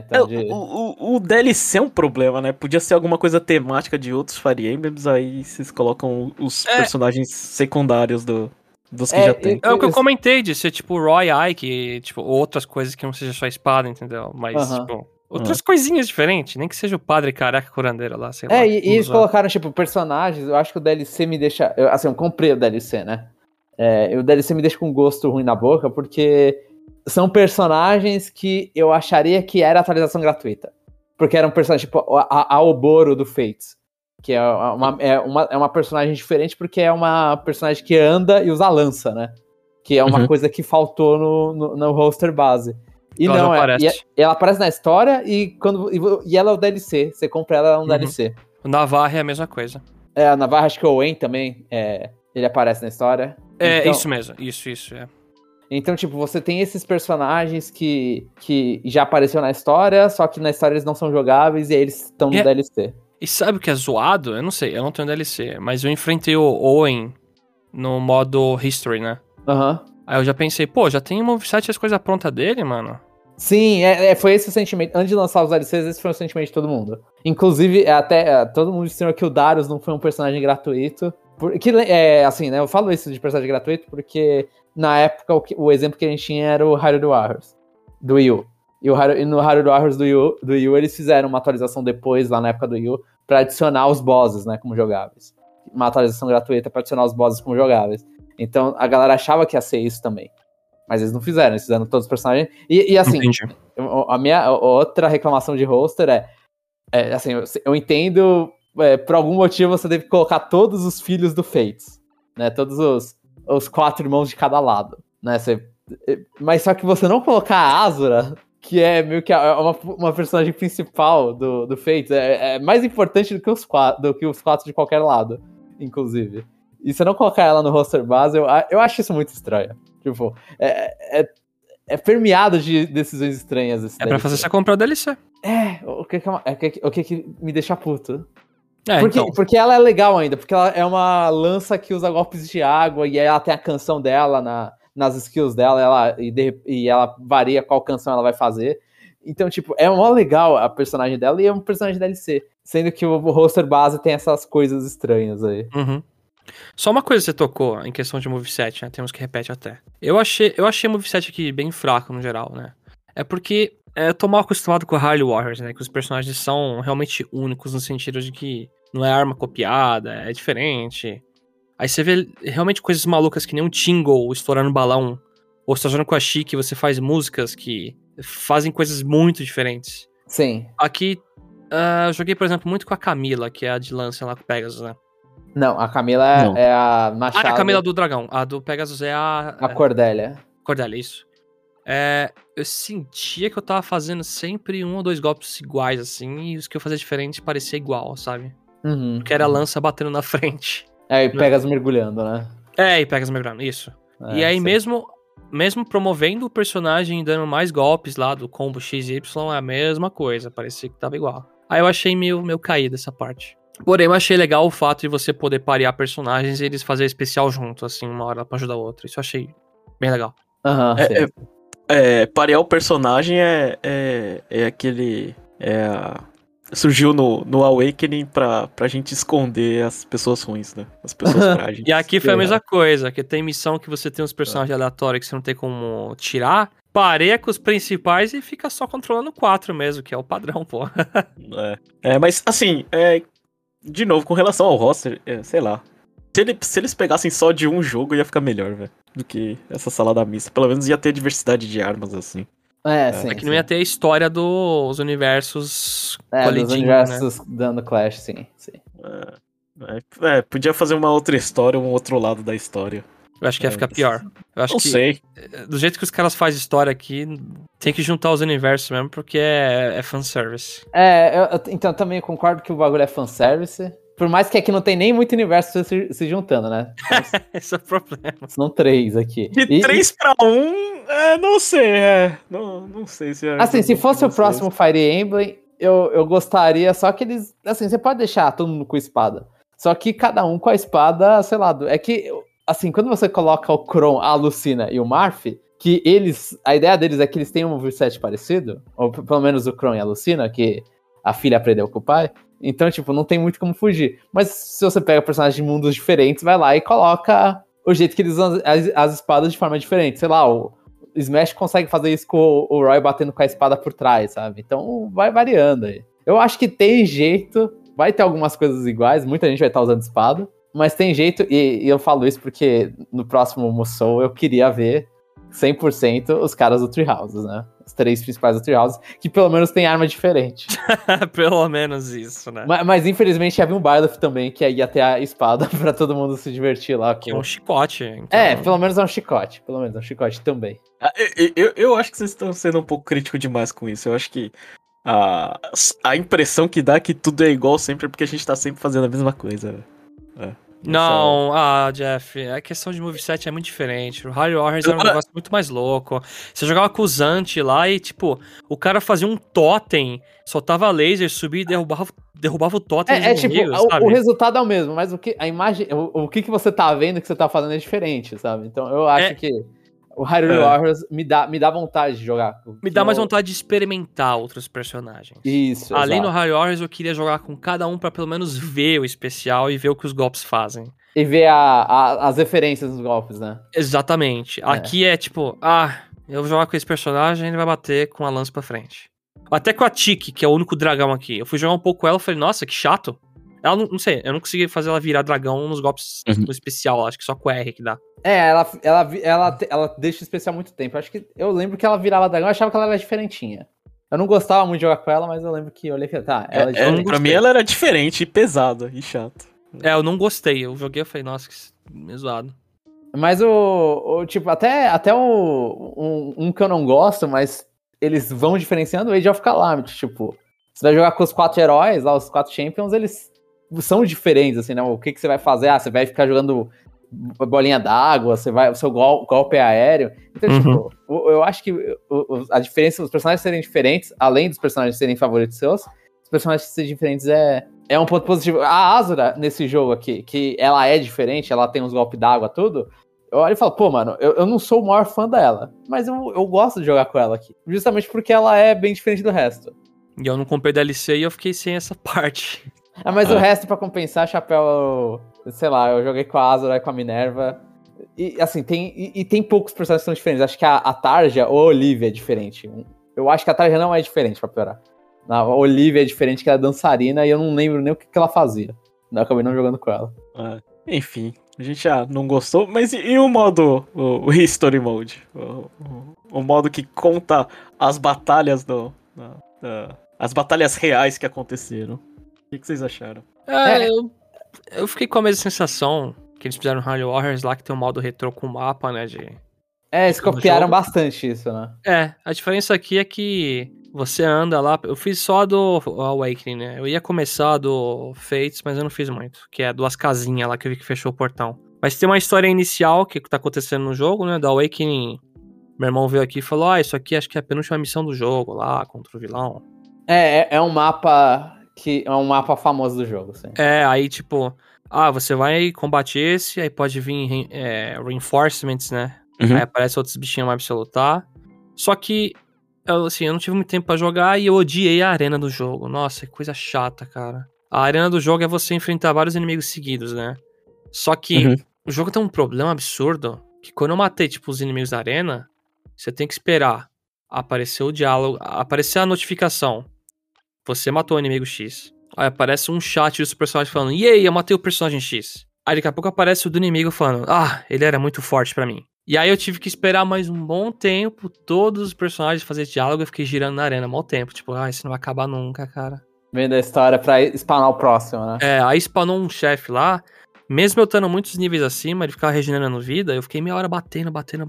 O DLC é um problema, né? Podia ser alguma coisa temática de outros Fire Emblems, aí vocês colocam os personagens secundários dos que já tem. É o que eu comentei, de ser tipo Roy Ike, tipo, outras coisas que não seja só espada, entendeu? Mas, tipo, outras coisinhas diferentes, nem que seja o padre careca curandeiro lá, sei lá. E eles colocaram, tipo, personagens, eu acho que o DLC me deixa... eu comprei o DLC, né? O DLC me deixa com gosto ruim na boca, porque... são personagens que eu acharia que era atualização gratuita. Porque era um personagem tipo a Oboro do Fates. Que é uma personagem diferente porque é uma personagem que anda e usa lança, né? Que é uma coisa que faltou no roster base. E ela não, ela aparece na história e ela é o DLC. Você compra ela no DLC. O Navarre é a mesma coisa. A Navarre, acho que o Owen também, ele aparece na história. Então, isso mesmo, isso. Então, tipo, você tem esses personagens que já apareceram na história, só que na história eles não são jogáveis e aí eles estão no DLC. E sabe o que é zoado? Eu não sei, eu não tenho DLC, mas eu enfrentei o Owen no modo History, né? Aí eu já pensei, já tem um moveset e as coisas prontas dele, mano. Sim, foi esse o sentimento. Antes de lançar os DLCs, esse foi o sentimento de todo mundo. Inclusive, até todo mundo estranhou que o Darius não foi um personagem gratuito. Porque, assim, né? Eu falo isso de personagem gratuito porque... na época, o exemplo que a gente tinha era o Hyrule Warriors, do Wii U. E no Hyrule Warriors do Wii U, eles fizeram uma atualização depois, lá na época do Wii U, pra adicionar os bosses, né, como jogáveis. Uma atualização gratuita pra adicionar os bosses como jogáveis. Então, a galera achava que ia ser isso também. Mas eles não fizeram, eles fizeram todos os personagens. E assim, a minha outra reclamação de roster assim, eu entendo, por algum motivo você deve colocar todos os filhos do Fates, né, todos os 4 irmãos de cada lado, né? Mas só que você não colocar a Azura, que é meio que uma personagem principal do Fates, é mais importante do que os 4 de qualquer lado, inclusive. E você não colocar ela no roster base, eu acho isso muito estranho. Tipo, é permeado de decisões estranhas. Esse pra fazer você comprar o DLC. O que me deixa puto. Então. Porque ela é legal ainda, porque ela é uma lança que usa golpes de água, e ela tem a canção dela nas skills dela, e ela varia qual canção ela vai fazer. Então, tipo, é mó legal a personagem dela, e é um personagem DLC. Sendo que o roster base tem essas coisas estranhas aí. Só uma coisa que você tocou em questão de moveset, né? Temos que repetir até. Eu achei o moveset aqui bem fraco no geral, né? É porque eu tô mal acostumado com a Harley Warriors, né? Que os personagens são realmente únicos no sentido de que não é arma copiada, é diferente. Aí você vê realmente coisas malucas que nem um Tingle estourando balão. Ou você tá jogando com a Chique, você faz músicas que fazem coisas muito diferentes. Sim. Aqui, eu joguei, por exemplo, muito com a Camila, que é a de Lancer lá com o Pegasus, né? Não, a Camila é a Machado. Ah, a Camila do Dragão. A do Pegasus é a Cordélia. Cordélia, isso. Eu sentia que eu tava fazendo sempre 1 ou 2 golpes iguais, assim, e os que eu fazia diferente parecia igual, sabe? Uhum. Porque era a lança batendo na frente. E Pegasus mergulhando, né? E Pegasus mergulhando, isso. E aí, mesmo promovendo o personagem e dando mais golpes lá do combo XY, é a mesma coisa, parecia que tava igual. Aí eu achei meio caído essa parte. Porém, eu achei legal o fato de você poder parear personagens e eles fazerem especial junto, assim, uma hora pra ajudar a outra. Isso eu achei bem legal. Parear o personagem é aquele... surgiu no Awakening pra gente esconder as pessoas ruins, né? As pessoas frágeis. E aqui foi a mesma coisa, que tem missão que você tem uns personagens aleatórios que você não tem como tirar, pareia com os principais e fica só controlando 4 mesmo, que é o padrão, pô. Mas assim, de novo, com relação ao roster, sei lá. Se eles pegassem só de um jogo, ia ficar melhor, velho, do que essa salada mista. Pelo menos ia ter diversidade de armas, assim. Sim. É que não ia ter a história dos universos colidindo, dos universos, né? Dando clash, sim. Podia fazer uma outra história, um outro lado da história. Eu acho que ia ficar pior. Eu acho não sei. Do jeito que os caras fazem história aqui, tem que juntar os universos mesmo, porque é fanservice. Então eu também concordo que o bagulho é fanservice. Por mais que aqui não tem nem muito universo se juntando, né? Esse é o problema. São 3 aqui. De 3 pra 1, não sei, não sei se é... Assim, se fosse o próximo Fire Emblem, eu gostaria só que eles... Assim, você pode deixar todo mundo com espada. Só que cada um com a espada, sei lá... É que, assim, quando você coloca o Kron, a Lucina e o Marth, que eles... A ideia deles é que eles têm um moveset parecido, ou pelo menos o Kron e a Lucina, que a filha aprendeu com o pai. Então, tipo, não tem muito como fugir. Mas se você pega personagens de mundos diferentes, vai lá e coloca o jeito que eles usam as espadas de forma diferente. Sei lá, o Smash consegue fazer isso com o Roy batendo com a espada por trás, sabe? Então, vai variando aí. Eu acho que tem jeito, vai ter algumas coisas iguais, muita gente vai estar usando espada, mas tem jeito, e eu falo isso porque no próximo Musou eu queria ver 100% os caras do Treehouse, né? Os 3 principais do Treehouse, que pelo menos tem arma diferente. Pelo menos isso, né? Mas infelizmente havia um Byleth também, que ia ter a espada pra todo mundo se divertir lá. Que é um chicote. Então... pelo menos é um chicote. Pelo menos é um chicote também. Eu acho que vocês estão sendo um pouco crítico demais com isso. Eu acho que a impressão que dá é que tudo é igual sempre, porque a gente tá sempre fazendo a mesma coisa. Não, Jeff, a questão de moveset é muito diferente. O Harley Warriors era um negócio muito mais louco. Você jogava com o Zant lá e, tipo, o cara fazia um totem, soltava laser, subia e derrubava o totem dos inimigos, sabe? O resultado é o mesmo, mas a imagem, o que você tá vendo que você tá fazendo é diferente, sabe? Então eu acho que o Harley Warriors me dá vontade de jogar. Me dá mais vontade de experimentar outros personagens. Isso, além exato. do Harley Warriors, eu queria jogar com cada um pra pelo menos ver o especial e ver o que os golpes fazem. E ver as referências dos golpes, né? Exatamente. Aqui é tipo, eu vou jogar com esse personagem, ele vai bater com a lança pra frente. Até com a Tiki, que é o único dragão aqui. Eu fui jogar um pouco com ela e falei, nossa, que chato. Ela não sei, eu não consegui fazer ela virar dragão nos golpes no especial, acho que só com R que dá. Ela deixa o especial muito tempo. Eu lembro que ela virava dragão, eu achava que ela era diferentinha. Eu não gostava muito de jogar com ela, mas eu lembro que eu olhei e falei, ela é diferente. Pra mim ela era diferente, e pesada e chata. Eu não gostei, eu joguei e falei, nossa, que meio zoado. Mas tipo, até um que eu não gosto, mas eles vão diferenciando o Age of Calamity, tipo, você vai jogar com os 4 heróis, lá, os 4 champions, eles são diferentes, assim, né? O que você vai fazer? Você vai ficar jogando bolinha d'água, o seu golpe é aéreo. Então, tipo, eu acho que a diferença, os personagens serem diferentes, além dos personagens serem favoritos seus, os personagens serem diferentes é um ponto positivo. A Azura, nesse jogo aqui, que ela é diferente, ela tem uns golpes d'água, tudo, eu olho e falo, pô, mano, eu não sou o maior fã dela, mas eu gosto de jogar com ela aqui, justamente porque ela é bem diferente do resto. E eu não comprei DLC e eu fiquei sem essa parte. Mas o resto, pra compensar, chapéu, sei lá, eu joguei com a Azura e com a Minerva. E assim, tem poucos personagens que são diferentes. Acho que a Tarja ou a Olivia é diferente. Eu acho que a Tarja não é diferente, pra piorar. A Olivia é diferente, que ela é dançarina, e eu não lembro nem o que ela fazia. Eu acabei não jogando com ela. Enfim, a gente já não gostou, mas e o modo, o History Mode? O modo que conta as batalhas as batalhas reais que aconteceram. O que vocês acharam? Eu fiquei com a mesma sensação que eles fizeram no Hyrule Warriors lá, que tem um modo retrô com mapa, né, Eles copiaram bastante isso, né? A diferença aqui é que você anda lá, eu fiz só do Awakening, né, eu ia começar do Fates, mas eu não fiz muito, que é 2 casinhas lá que eu vi que fechou o portão. Mas tem uma história inicial que tá acontecendo no jogo, né, do Awakening. Meu irmão veio aqui e falou, isso aqui acho que é a penúltima missão do jogo lá, contra o vilão. É um mapa que é um mapa famoso do jogo, sim. Aí tipo, você vai combater esse, aí pode vir reinforcements, né? Uhum. Aí aparece outros bichinhos mais pra você lutar. Só que, eu não tive muito tempo pra jogar e eu odiei a arena do jogo. Nossa, que coisa chata, cara. A arena do jogo é você enfrentar vários inimigos seguidos, né? Só que o jogo tem um problema absurdo, que quando eu matei, tipo, os inimigos da arena, você tem que esperar aparecer o diálogo, aparecer a notificação. Você matou o inimigo X. Aí aparece um chat dos personagens falando, e aí, eu matei o personagem X. Aí daqui a pouco aparece o do inimigo falando, ele era muito forte pra mim. E aí eu tive que esperar mais um bom tempo, todos os personagens fazer diálogo, eu fiquei girando na arena mó tempo. Tipo, isso não vai acabar nunca, cara. Vendo a história pra spawnar o próximo, né? Aí spawnou um chefe lá, mesmo eu estando muitos níveis acima, ele ficava regenerando vida, eu fiquei meia hora batendo.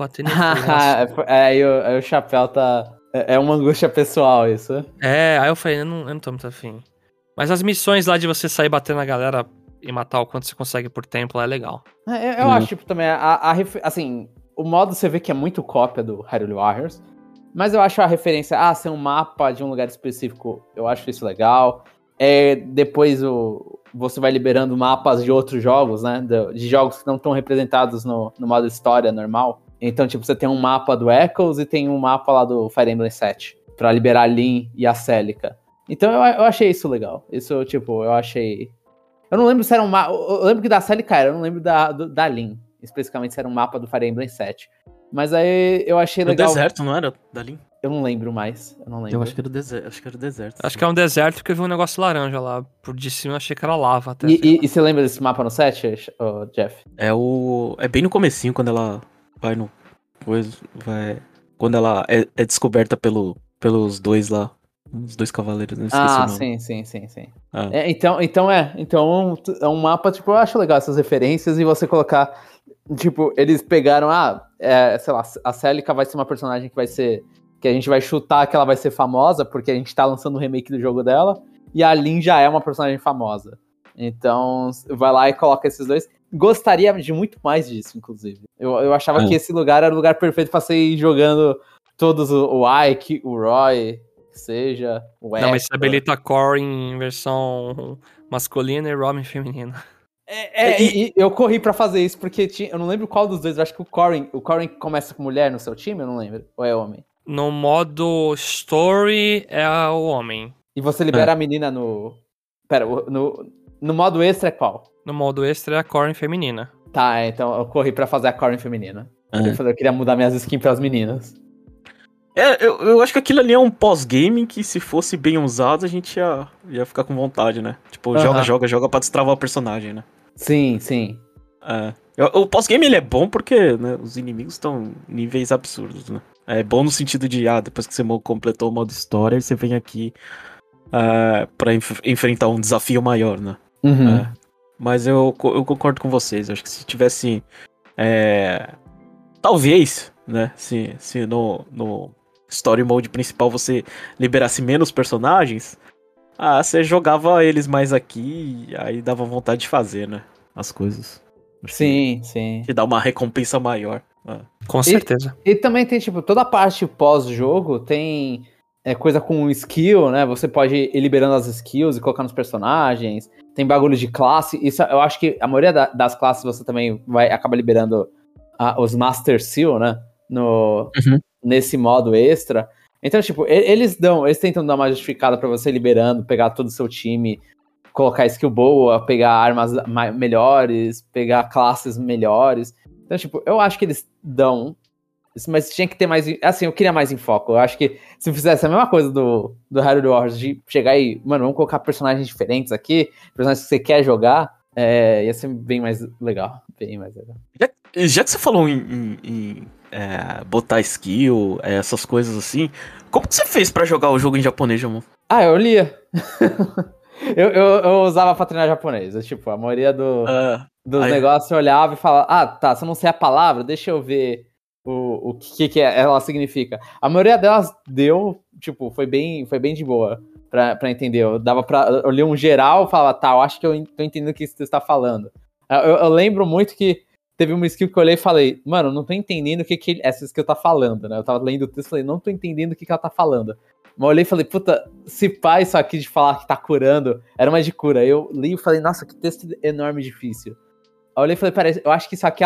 Aí o chapéu tá... É uma angústia pessoal isso. Aí eu falei, eu não tô muito afim. Mas as missões lá de você sair batendo a galera e matar o quanto você consegue por tempo lá é legal. Eu acho, tipo, também, assim, o modo você vê que é muito cópia do Hyrule Warriors, mas eu acho a referência, ser um mapa de um lugar específico, eu acho isso legal. Depois você vai liberando mapas de outros jogos, né, de jogos que não estão representados no modo história normal. Então, tipo, você tem um mapa do Echoes e tem um mapa lá do Fire Emblem 7, pra liberar a Lyn e a Celica. Então eu achei isso legal. Isso, tipo, eu achei... Eu não lembro se era um mapa... Eu lembro que da Celica era, eu não lembro da Lyn. Especificamente se era um mapa do Fire Emblem 7. Mas aí eu achei legal... No deserto, não era? Da Lyn? Eu não lembro mais. Eu acho que era o deserto. Acho que é um deserto porque eu vi um negócio laranja lá. Por de cima eu achei que era lava até. E você lembra desse mapa no 7, Jeff? É bem no comecinho, quando ela vai no... Quando ela é descoberta pelos dois lá. Os 2 cavaleiros, não esqueci o nome. Sim. Então é um mapa, tipo, eu acho legal essas referências e você colocar, tipo, eles pegaram, sei lá, a Celica vai ser uma personagem que vai ser, que a gente vai chutar que ela vai ser famosa, porque a gente tá lançando um remake do jogo dela, e a Lyn já é uma personagem famosa. Então, vai lá e coloca esses dois. Gostaria de muito mais disso, inclusive. Eu achava que esse lugar era o lugar perfeito pra você ir jogando todos, o Ike, o Roy... seja o Hector. Não, mas você habilita a Core em versão masculina e Robin feminina. E eu corri pra fazer isso, porque eu não lembro qual dos dois, eu acho que o Corrin começa com mulher no seu time, eu não lembro, ou é homem? No modo Story é o homem. E você libera a menina no... Pera, no modo extra é qual? No modo extra é a Corrin feminina. Tá, então eu corri pra fazer a Corrin feminina. Eu queria mudar minhas skins pras meninas. Eu acho que aquilo ali é um pós-game que, se fosse bem usado, a gente ia ficar com vontade, né? Tipo, joga pra destravar o personagem, né? Sim. O pós-game, ele é bom porque, né, os inimigos estão em níveis absurdos, né? É bom no sentido de, depois que você completou o modo história, você vem aqui pra enfrentar um desafio maior, né? Mas eu concordo com vocês. Eu acho que se tivesse... talvez, né? Se no Story Mode principal você liberasse menos personagens, você jogava eles mais aqui e aí dava vontade de fazer, né? As coisas. Sim. Que dá uma recompensa maior. Com certeza. E também tem, tipo, toda a parte pós-jogo tem coisa com skill, né? Você pode ir liberando as skills e colocar nos personagens. Tem bagulho de classe. Isso, eu acho que a maioria das classes você também acaba liberando os Master Seal, né? Nesse modo extra. Então, tipo, eles tentam dar uma justificada pra você liberando, pegar todo o seu time, colocar skill boa, pegar armas melhores, pegar classes melhores. Então, tipo, eu acho que eles dão Mas tinha que ter mais... Assim, eu queria mais em foco. Eu acho que se fizesse a mesma coisa do Hyrule Warriors, de chegar e... Mano, vamos colocar personagens diferentes aqui, personagens que você quer jogar, ia ser bem mais legal. Bem mais legal. Já que você falou em botar skill, essas coisas assim, como que você fez pra jogar o jogo em japonês, Jamon? Eu lia. eu usava pra treinar japonês. Tipo, a maioria dos negócios eu olhava e falava, tá, se eu não sei a palavra, deixa eu ver o que ela significa. A maioria delas tipo, foi bem de boa pra entender. Eu li um geral e falava, tá, eu acho que eu tô entendendo o que você está falando. Eu lembro muito que teve uma skill que eu olhei e falei, mano, não tô entendendo o que essa skill tá falando, né? Eu tava lendo o texto e falei, não tô entendendo o que ela tá falando. Mas eu olhei e falei, puta, se pá, isso aqui de falar que tá curando, era uma de cura. Eu li e falei, nossa, que texto enorme e difícil. Aí eu olhei e falei, peraí, eu acho que isso aqui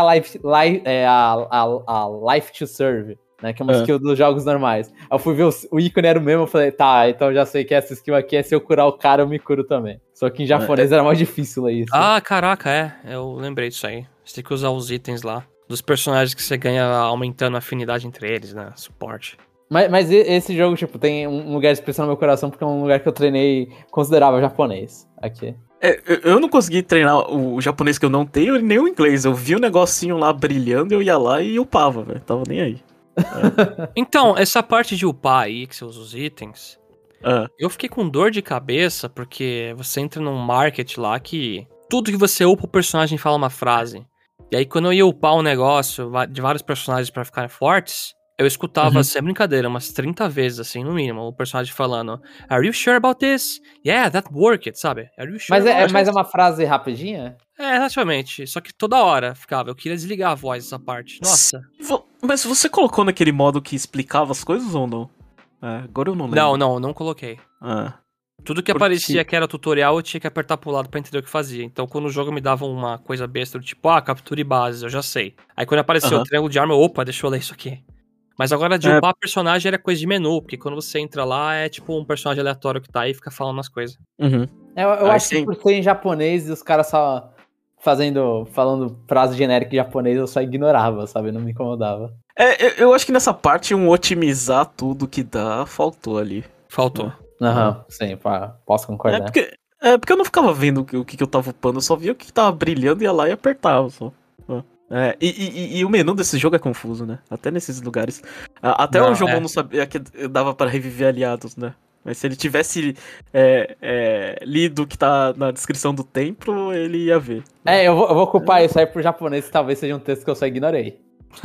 é a Life to Serve, né? Que é uma skill dos jogos normais. Aí eu fui ver o ícone era o mesmo, eu falei, tá, então eu já sei que essa skill aqui se eu curar o cara, eu me curo também. Só que em japonês era mais difícil isso. Ah, caraca, eu lembrei disso aí. Você tem que usar os itens lá, dos personagens que você ganha aumentando a afinidade entre eles, né? Suporte. Mas esse jogo, tipo, tem um lugar especial no meu coração, porque é um lugar que eu treinei considerável japonês aqui. Eu não consegui treinar o japonês que eu não tenho, nem o inglês. Eu vi o negocinho lá brilhando, eu ia lá e upava, velho. Tava nem aí. Então, essa parte de upar aí, que você usa os itens, eu fiquei com dor de cabeça, porque você entra num market lá que tudo que você upa, o personagem fala uma frase. E aí, quando eu ia upar um negócio de vários personagens pra ficarem fortes, eu escutava, sem brincadeira, umas 30 vezes, assim, no mínimo, o personagem falando, Are you sure about this? Yeah, that worked, sabe? Are you sure Mas é uma frase rapidinha? Relativamente. Só que toda hora ficava. Eu queria desligar a voz dessa parte. Nossa. Mas você colocou naquele modo que explicava as coisas ou não? Agora eu não lembro. Não coloquei. Tudo que aparecia que era tutorial, eu tinha que apertar pro lado pra entender o que fazia. Então, quando o jogo me dava uma coisa besta, tipo, capture base, eu já sei. Aí, quando apareceu o triângulo de arma, opa, deixa eu ler isso aqui. Mas agora, de upar personagem era coisa de menu, porque quando você entra lá, é tipo um personagem aleatório que tá aí e fica falando as coisas. Eu acho que por ser em japonês e os caras só falando frase genérica em japonês, eu só ignorava, sabe? Não me incomodava. Eu acho que nessa parte, otimizar tudo que dá, faltou ali. Faltou. Sim, posso concordar. Porque eu não ficava vendo o que eu tava upando, eu só via o que tava brilhando, ia lá e apertava só. E o menu desse jogo é confuso, né? Até nesses lugares. Até o Jomon não sabia que dava pra reviver aliados, né? Mas se ele tivesse lido o que tá na descrição do templo, ele ia ver. Eu vou culpar isso aí pro japonês, que talvez seja um texto que eu só ignorei.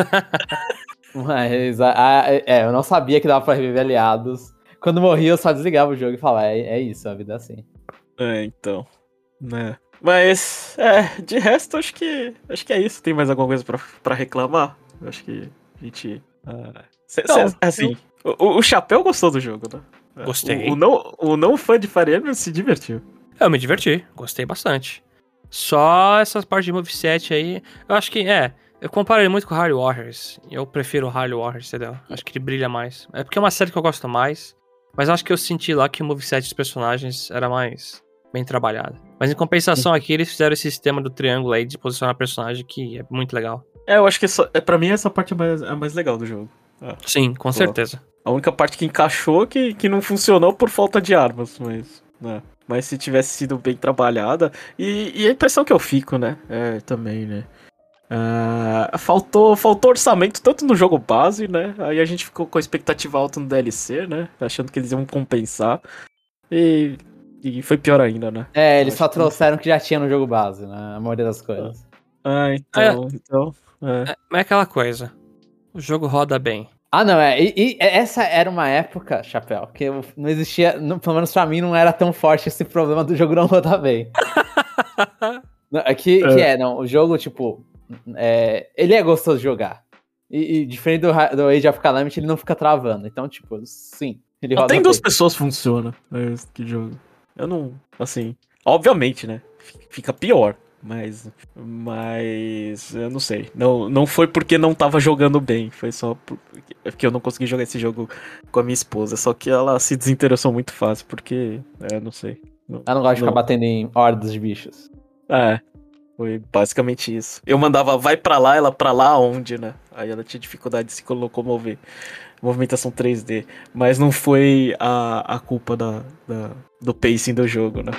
Mas eu não sabia que dava pra reviver aliados. Quando morria, eu só desligava o jogo e falava, é isso, a vida é assim. Então, né? Mas, de resto, acho que é isso. Tem mais alguma coisa pra reclamar? Acho que a gente... assim, o Chapéu gostou do jogo, né? Gostei. O não fã de Fire Emblem se divertiu. Eu me diverti, gostei bastante. Só essas partes de moveset aí, eu acho que, eu comparei muito com Hyrule Warriors. Eu prefiro o Hyrule Warriors, entendeu? Acho que ele brilha mais. É porque é uma série que eu gosto mais, mas acho que eu senti lá que o moveset dos personagens era mais bem trabalhado. Mas em compensação aqui, eles fizeram esse sistema do triângulo aí de posicionar personagem que é muito legal. Eu acho que pra mim essa parte é a mais legal do jogo. Sim, com certeza. A única parte que encaixou que não funcionou por falta de armas, mas se tivesse sido bem trabalhada, e a impressão que eu fico, né, também, né, faltou orçamento tanto no jogo base, né, aí a gente ficou com a expectativa alta no DLC, né, achando que eles iam compensar, e foi pior ainda, né. Eles só trouxeram que já tinha no jogo base, né, a maioria das coisas. Então... É aquela coisa, o jogo roda bem. Não, e essa era uma época, Chapéu, que não existia, pelo menos pra mim, não era tão forte esse problema do jogo não rodar bem. O jogo, tipo, ele é gostoso de jogar. E diferente do Age of Calamity, ele não fica travando. Então, tipo, sim, ele roda bem. Até em duas pessoas funciona que jogo. Eu não, assim, obviamente, né, fica pior. Mas eu não sei. Não foi porque não tava jogando bem. Foi só porque eu não consegui jogar esse jogo com a minha esposa. Só que ela se desinteressou muito fácil, porque... não sei. Ela não gosta de ficar batendo em hordas de bichos. Foi basicamente isso. Eu mandava, vai pra lá, ela pra lá onde, né? Aí ela tinha dificuldade de se locomover. Movimentação 3D. Mas não foi a culpa do pacing do jogo, né?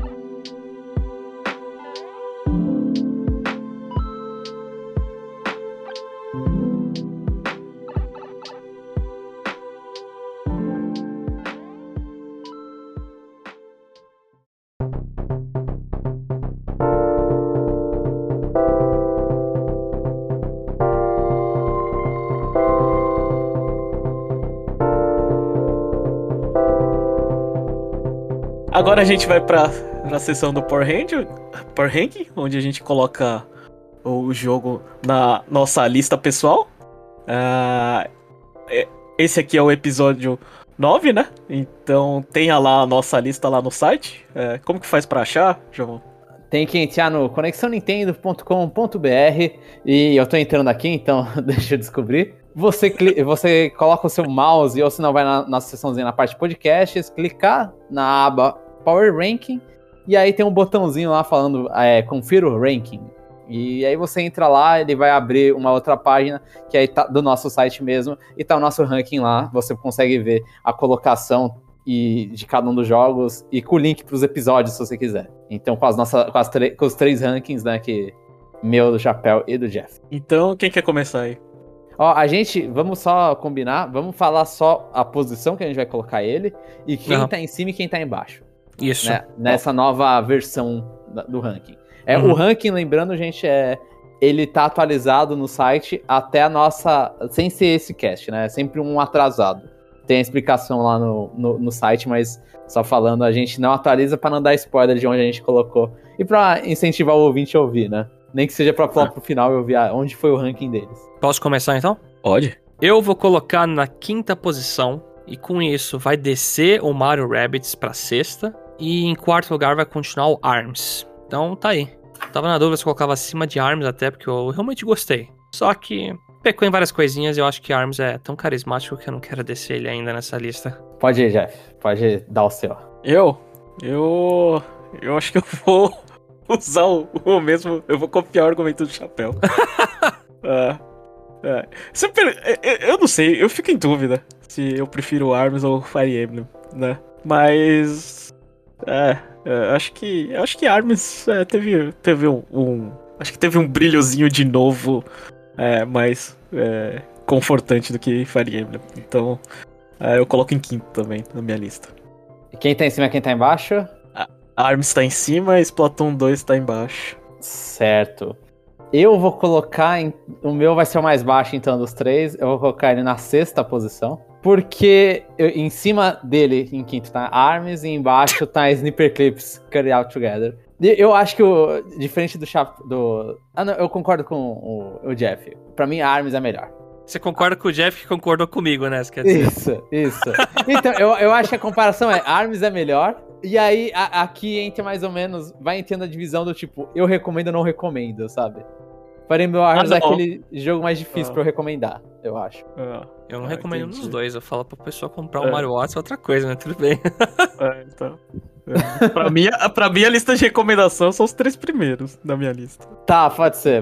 Agora a gente vai na seção do Power Ranking, onde a gente coloca o jogo na nossa lista pessoal. Esse aqui é o episódio 9, né? Então tenha lá a nossa lista lá no site. Como que faz pra achar, João? Tem que entrar no conexãonintendo.com.br e eu tô entrando aqui, então deixa eu descobrir. Você coloca o seu mouse, ou se não vai na nossa seçãozinha na parte de podcasts, clicar na aba Power Ranking, e aí tem um botãozinho lá falando confira o ranking. E aí você entra lá, ele vai abrir uma outra página, que aí tá do nosso site mesmo, e tá o nosso ranking lá, você consegue ver a colocação de cada um dos jogos, e com o link pros episódios, se você quiser. Então com os 3 rankings, né, meu, do Chapéu e do Jeff. Então, quem quer começar aí? Ó, vamos só combinar, vamos falar só a posição que a gente vai colocar ele, e quem tá em cima e quem tá embaixo. Isso. Né, nessa nova versão do ranking. O ranking, lembrando, gente, ele tá atualizado no site até a nossa... Sem ser esse cast, né? É sempre um atrasado. Tem a explicação lá no site, mas só falando, a gente não atualiza pra não dar spoiler de onde a gente colocou. E pra incentivar o ouvinte a ouvir, né? Nem que seja pra falar pro final e ouvir onde foi o ranking deles. Posso começar, então? Pode. Eu vou colocar na 5ª posição, e com isso vai descer o Mario Rabbids pra 6ª, e em 4º lugar vai continuar o ARMS. Então tá aí. Tava na dúvida se eu colocava acima de ARMS até, porque eu realmente gostei. Só que pecou em várias coisinhas e eu acho que ARMS é tão carismático que eu não quero descer ele ainda nessa lista. Pode ir, Jeff. Pode dar o seu. Eu acho que eu vou usar o mesmo... Eu vou copiar o argumento do Chapéu. Eu não sei, eu fico em dúvida se eu prefiro ARMS ou Fire Emblem, né? Mas... acho que ARMS teve acho que teve um brilhozinho de novo mais confortante do que Fire Emblem. Então eu coloco em 5º também na minha lista. Quem tá em cima e quem tá embaixo? ARMS tá em cima e Splatoon 2 tá embaixo. Certo. Eu vou colocar... O meu vai ser o mais baixo, então, dos 3. Eu vou colocar ele na 6ª posição. Porque em cima dele, em 5º, tá ARMS e embaixo tá Sniper Clips Cut It Out Together. Eu acho que, diferente do... não, eu concordo com o Jeff. Pra mim, ARMS é melhor. Você concorda com o Jeff que concordou comigo, né? Você quer dizer? Isso. Então, eu acho que a comparação ARMS é melhor. E aí, aqui entra mais ou menos... Vai entrando a divisão do tipo... Eu recomendo ou não recomendo, sabe? Fire Emblem Warriors é aquele jogo mais difícil pra eu recomendar, eu acho. Eu não recomendo nos dois, eu falo pra pessoa comprar o Mario Odyssey é outra coisa, né? Tudo bem. Então. Pra mim, a lista de recomendação são os 3 primeiros da minha lista. Tá, pode ser.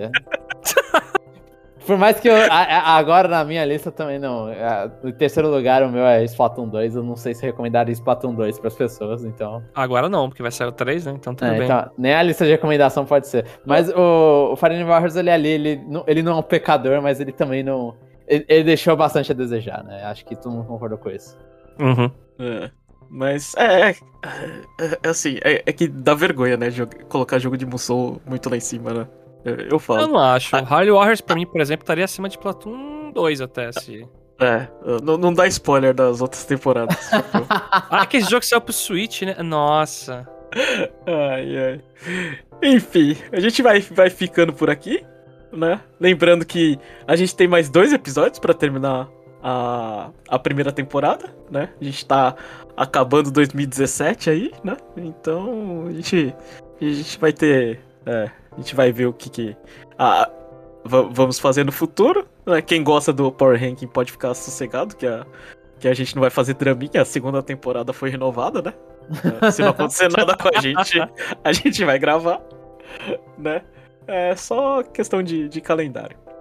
Por mais que agora na minha lista também não. Em 3º lugar, o meu é Splatoon 2. Eu não sei se recomendaria Splatoon 2 pras pessoas, então. Agora não, porque vai sair o 3, né? Então tudo bem. Então, nem a lista de recomendação pode ser. Mas o Fire Emblem Warriors, ele não é um pecador, mas ele também não. Ele deixou bastante a desejar, né? Acho que todo mundo concordou com isso. Uhum. Mas assim, é que dá vergonha, né? Colocar jogo de Musou muito lá em cima, né? Eu falo. Eu não acho. Harley Warriors, pra mim, por exemplo, estaria acima de Splatoon 2 até, se... Não dá spoiler das outras temporadas. Que esse jogo saiu pro Switch, né? Nossa. Ai. Enfim, a gente vai ficando por aqui, né? Lembrando que a gente tem mais 2 episódios pra terminar a primeira temporada, né? A gente tá acabando 2017 aí, né? Então a gente vai ter... a gente vai ver o que vamos fazer no futuro. Quem gosta do Power Ranking pode ficar sossegado, que a gente não vai fazer draminha. A segunda temporada foi renovada, né? Se não acontecer nada com a gente vai gravar, né? É só questão de calendário.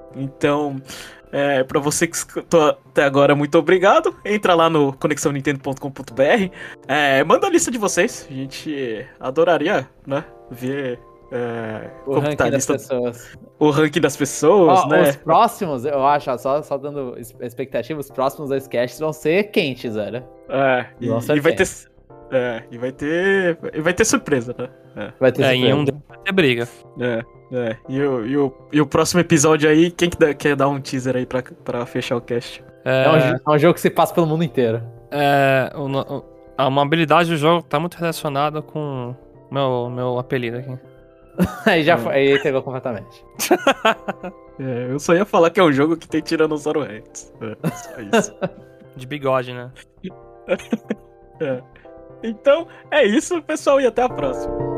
Então, pra você que escutou até agora, muito obrigado. Entra lá no conexãonintendo.com.br. Manda a lista de vocês. A gente adoraria, né, ver O como ranking tá a das lista, pessoas. o ranking das pessoas, né? Os próximos, eu acho, só dando expectativa, os próximos 2 casts vão ser quentes, velho. E vai ter surpresa, né? Vai ter Em um deles vai ter briga. E o próximo episódio aí, quem que quer dar um teaser aí pra fechar o cast? É um jogo que se passa pelo mundo inteiro. Uma habilidade do jogo tá muito relacionada com meu apelido aqui. Aí entregou completamente. Eu só ia falar que é um jogo que tem Tiranossauro Rex. Só isso. De bigode, né? Então, é isso, pessoal, e até a próxima.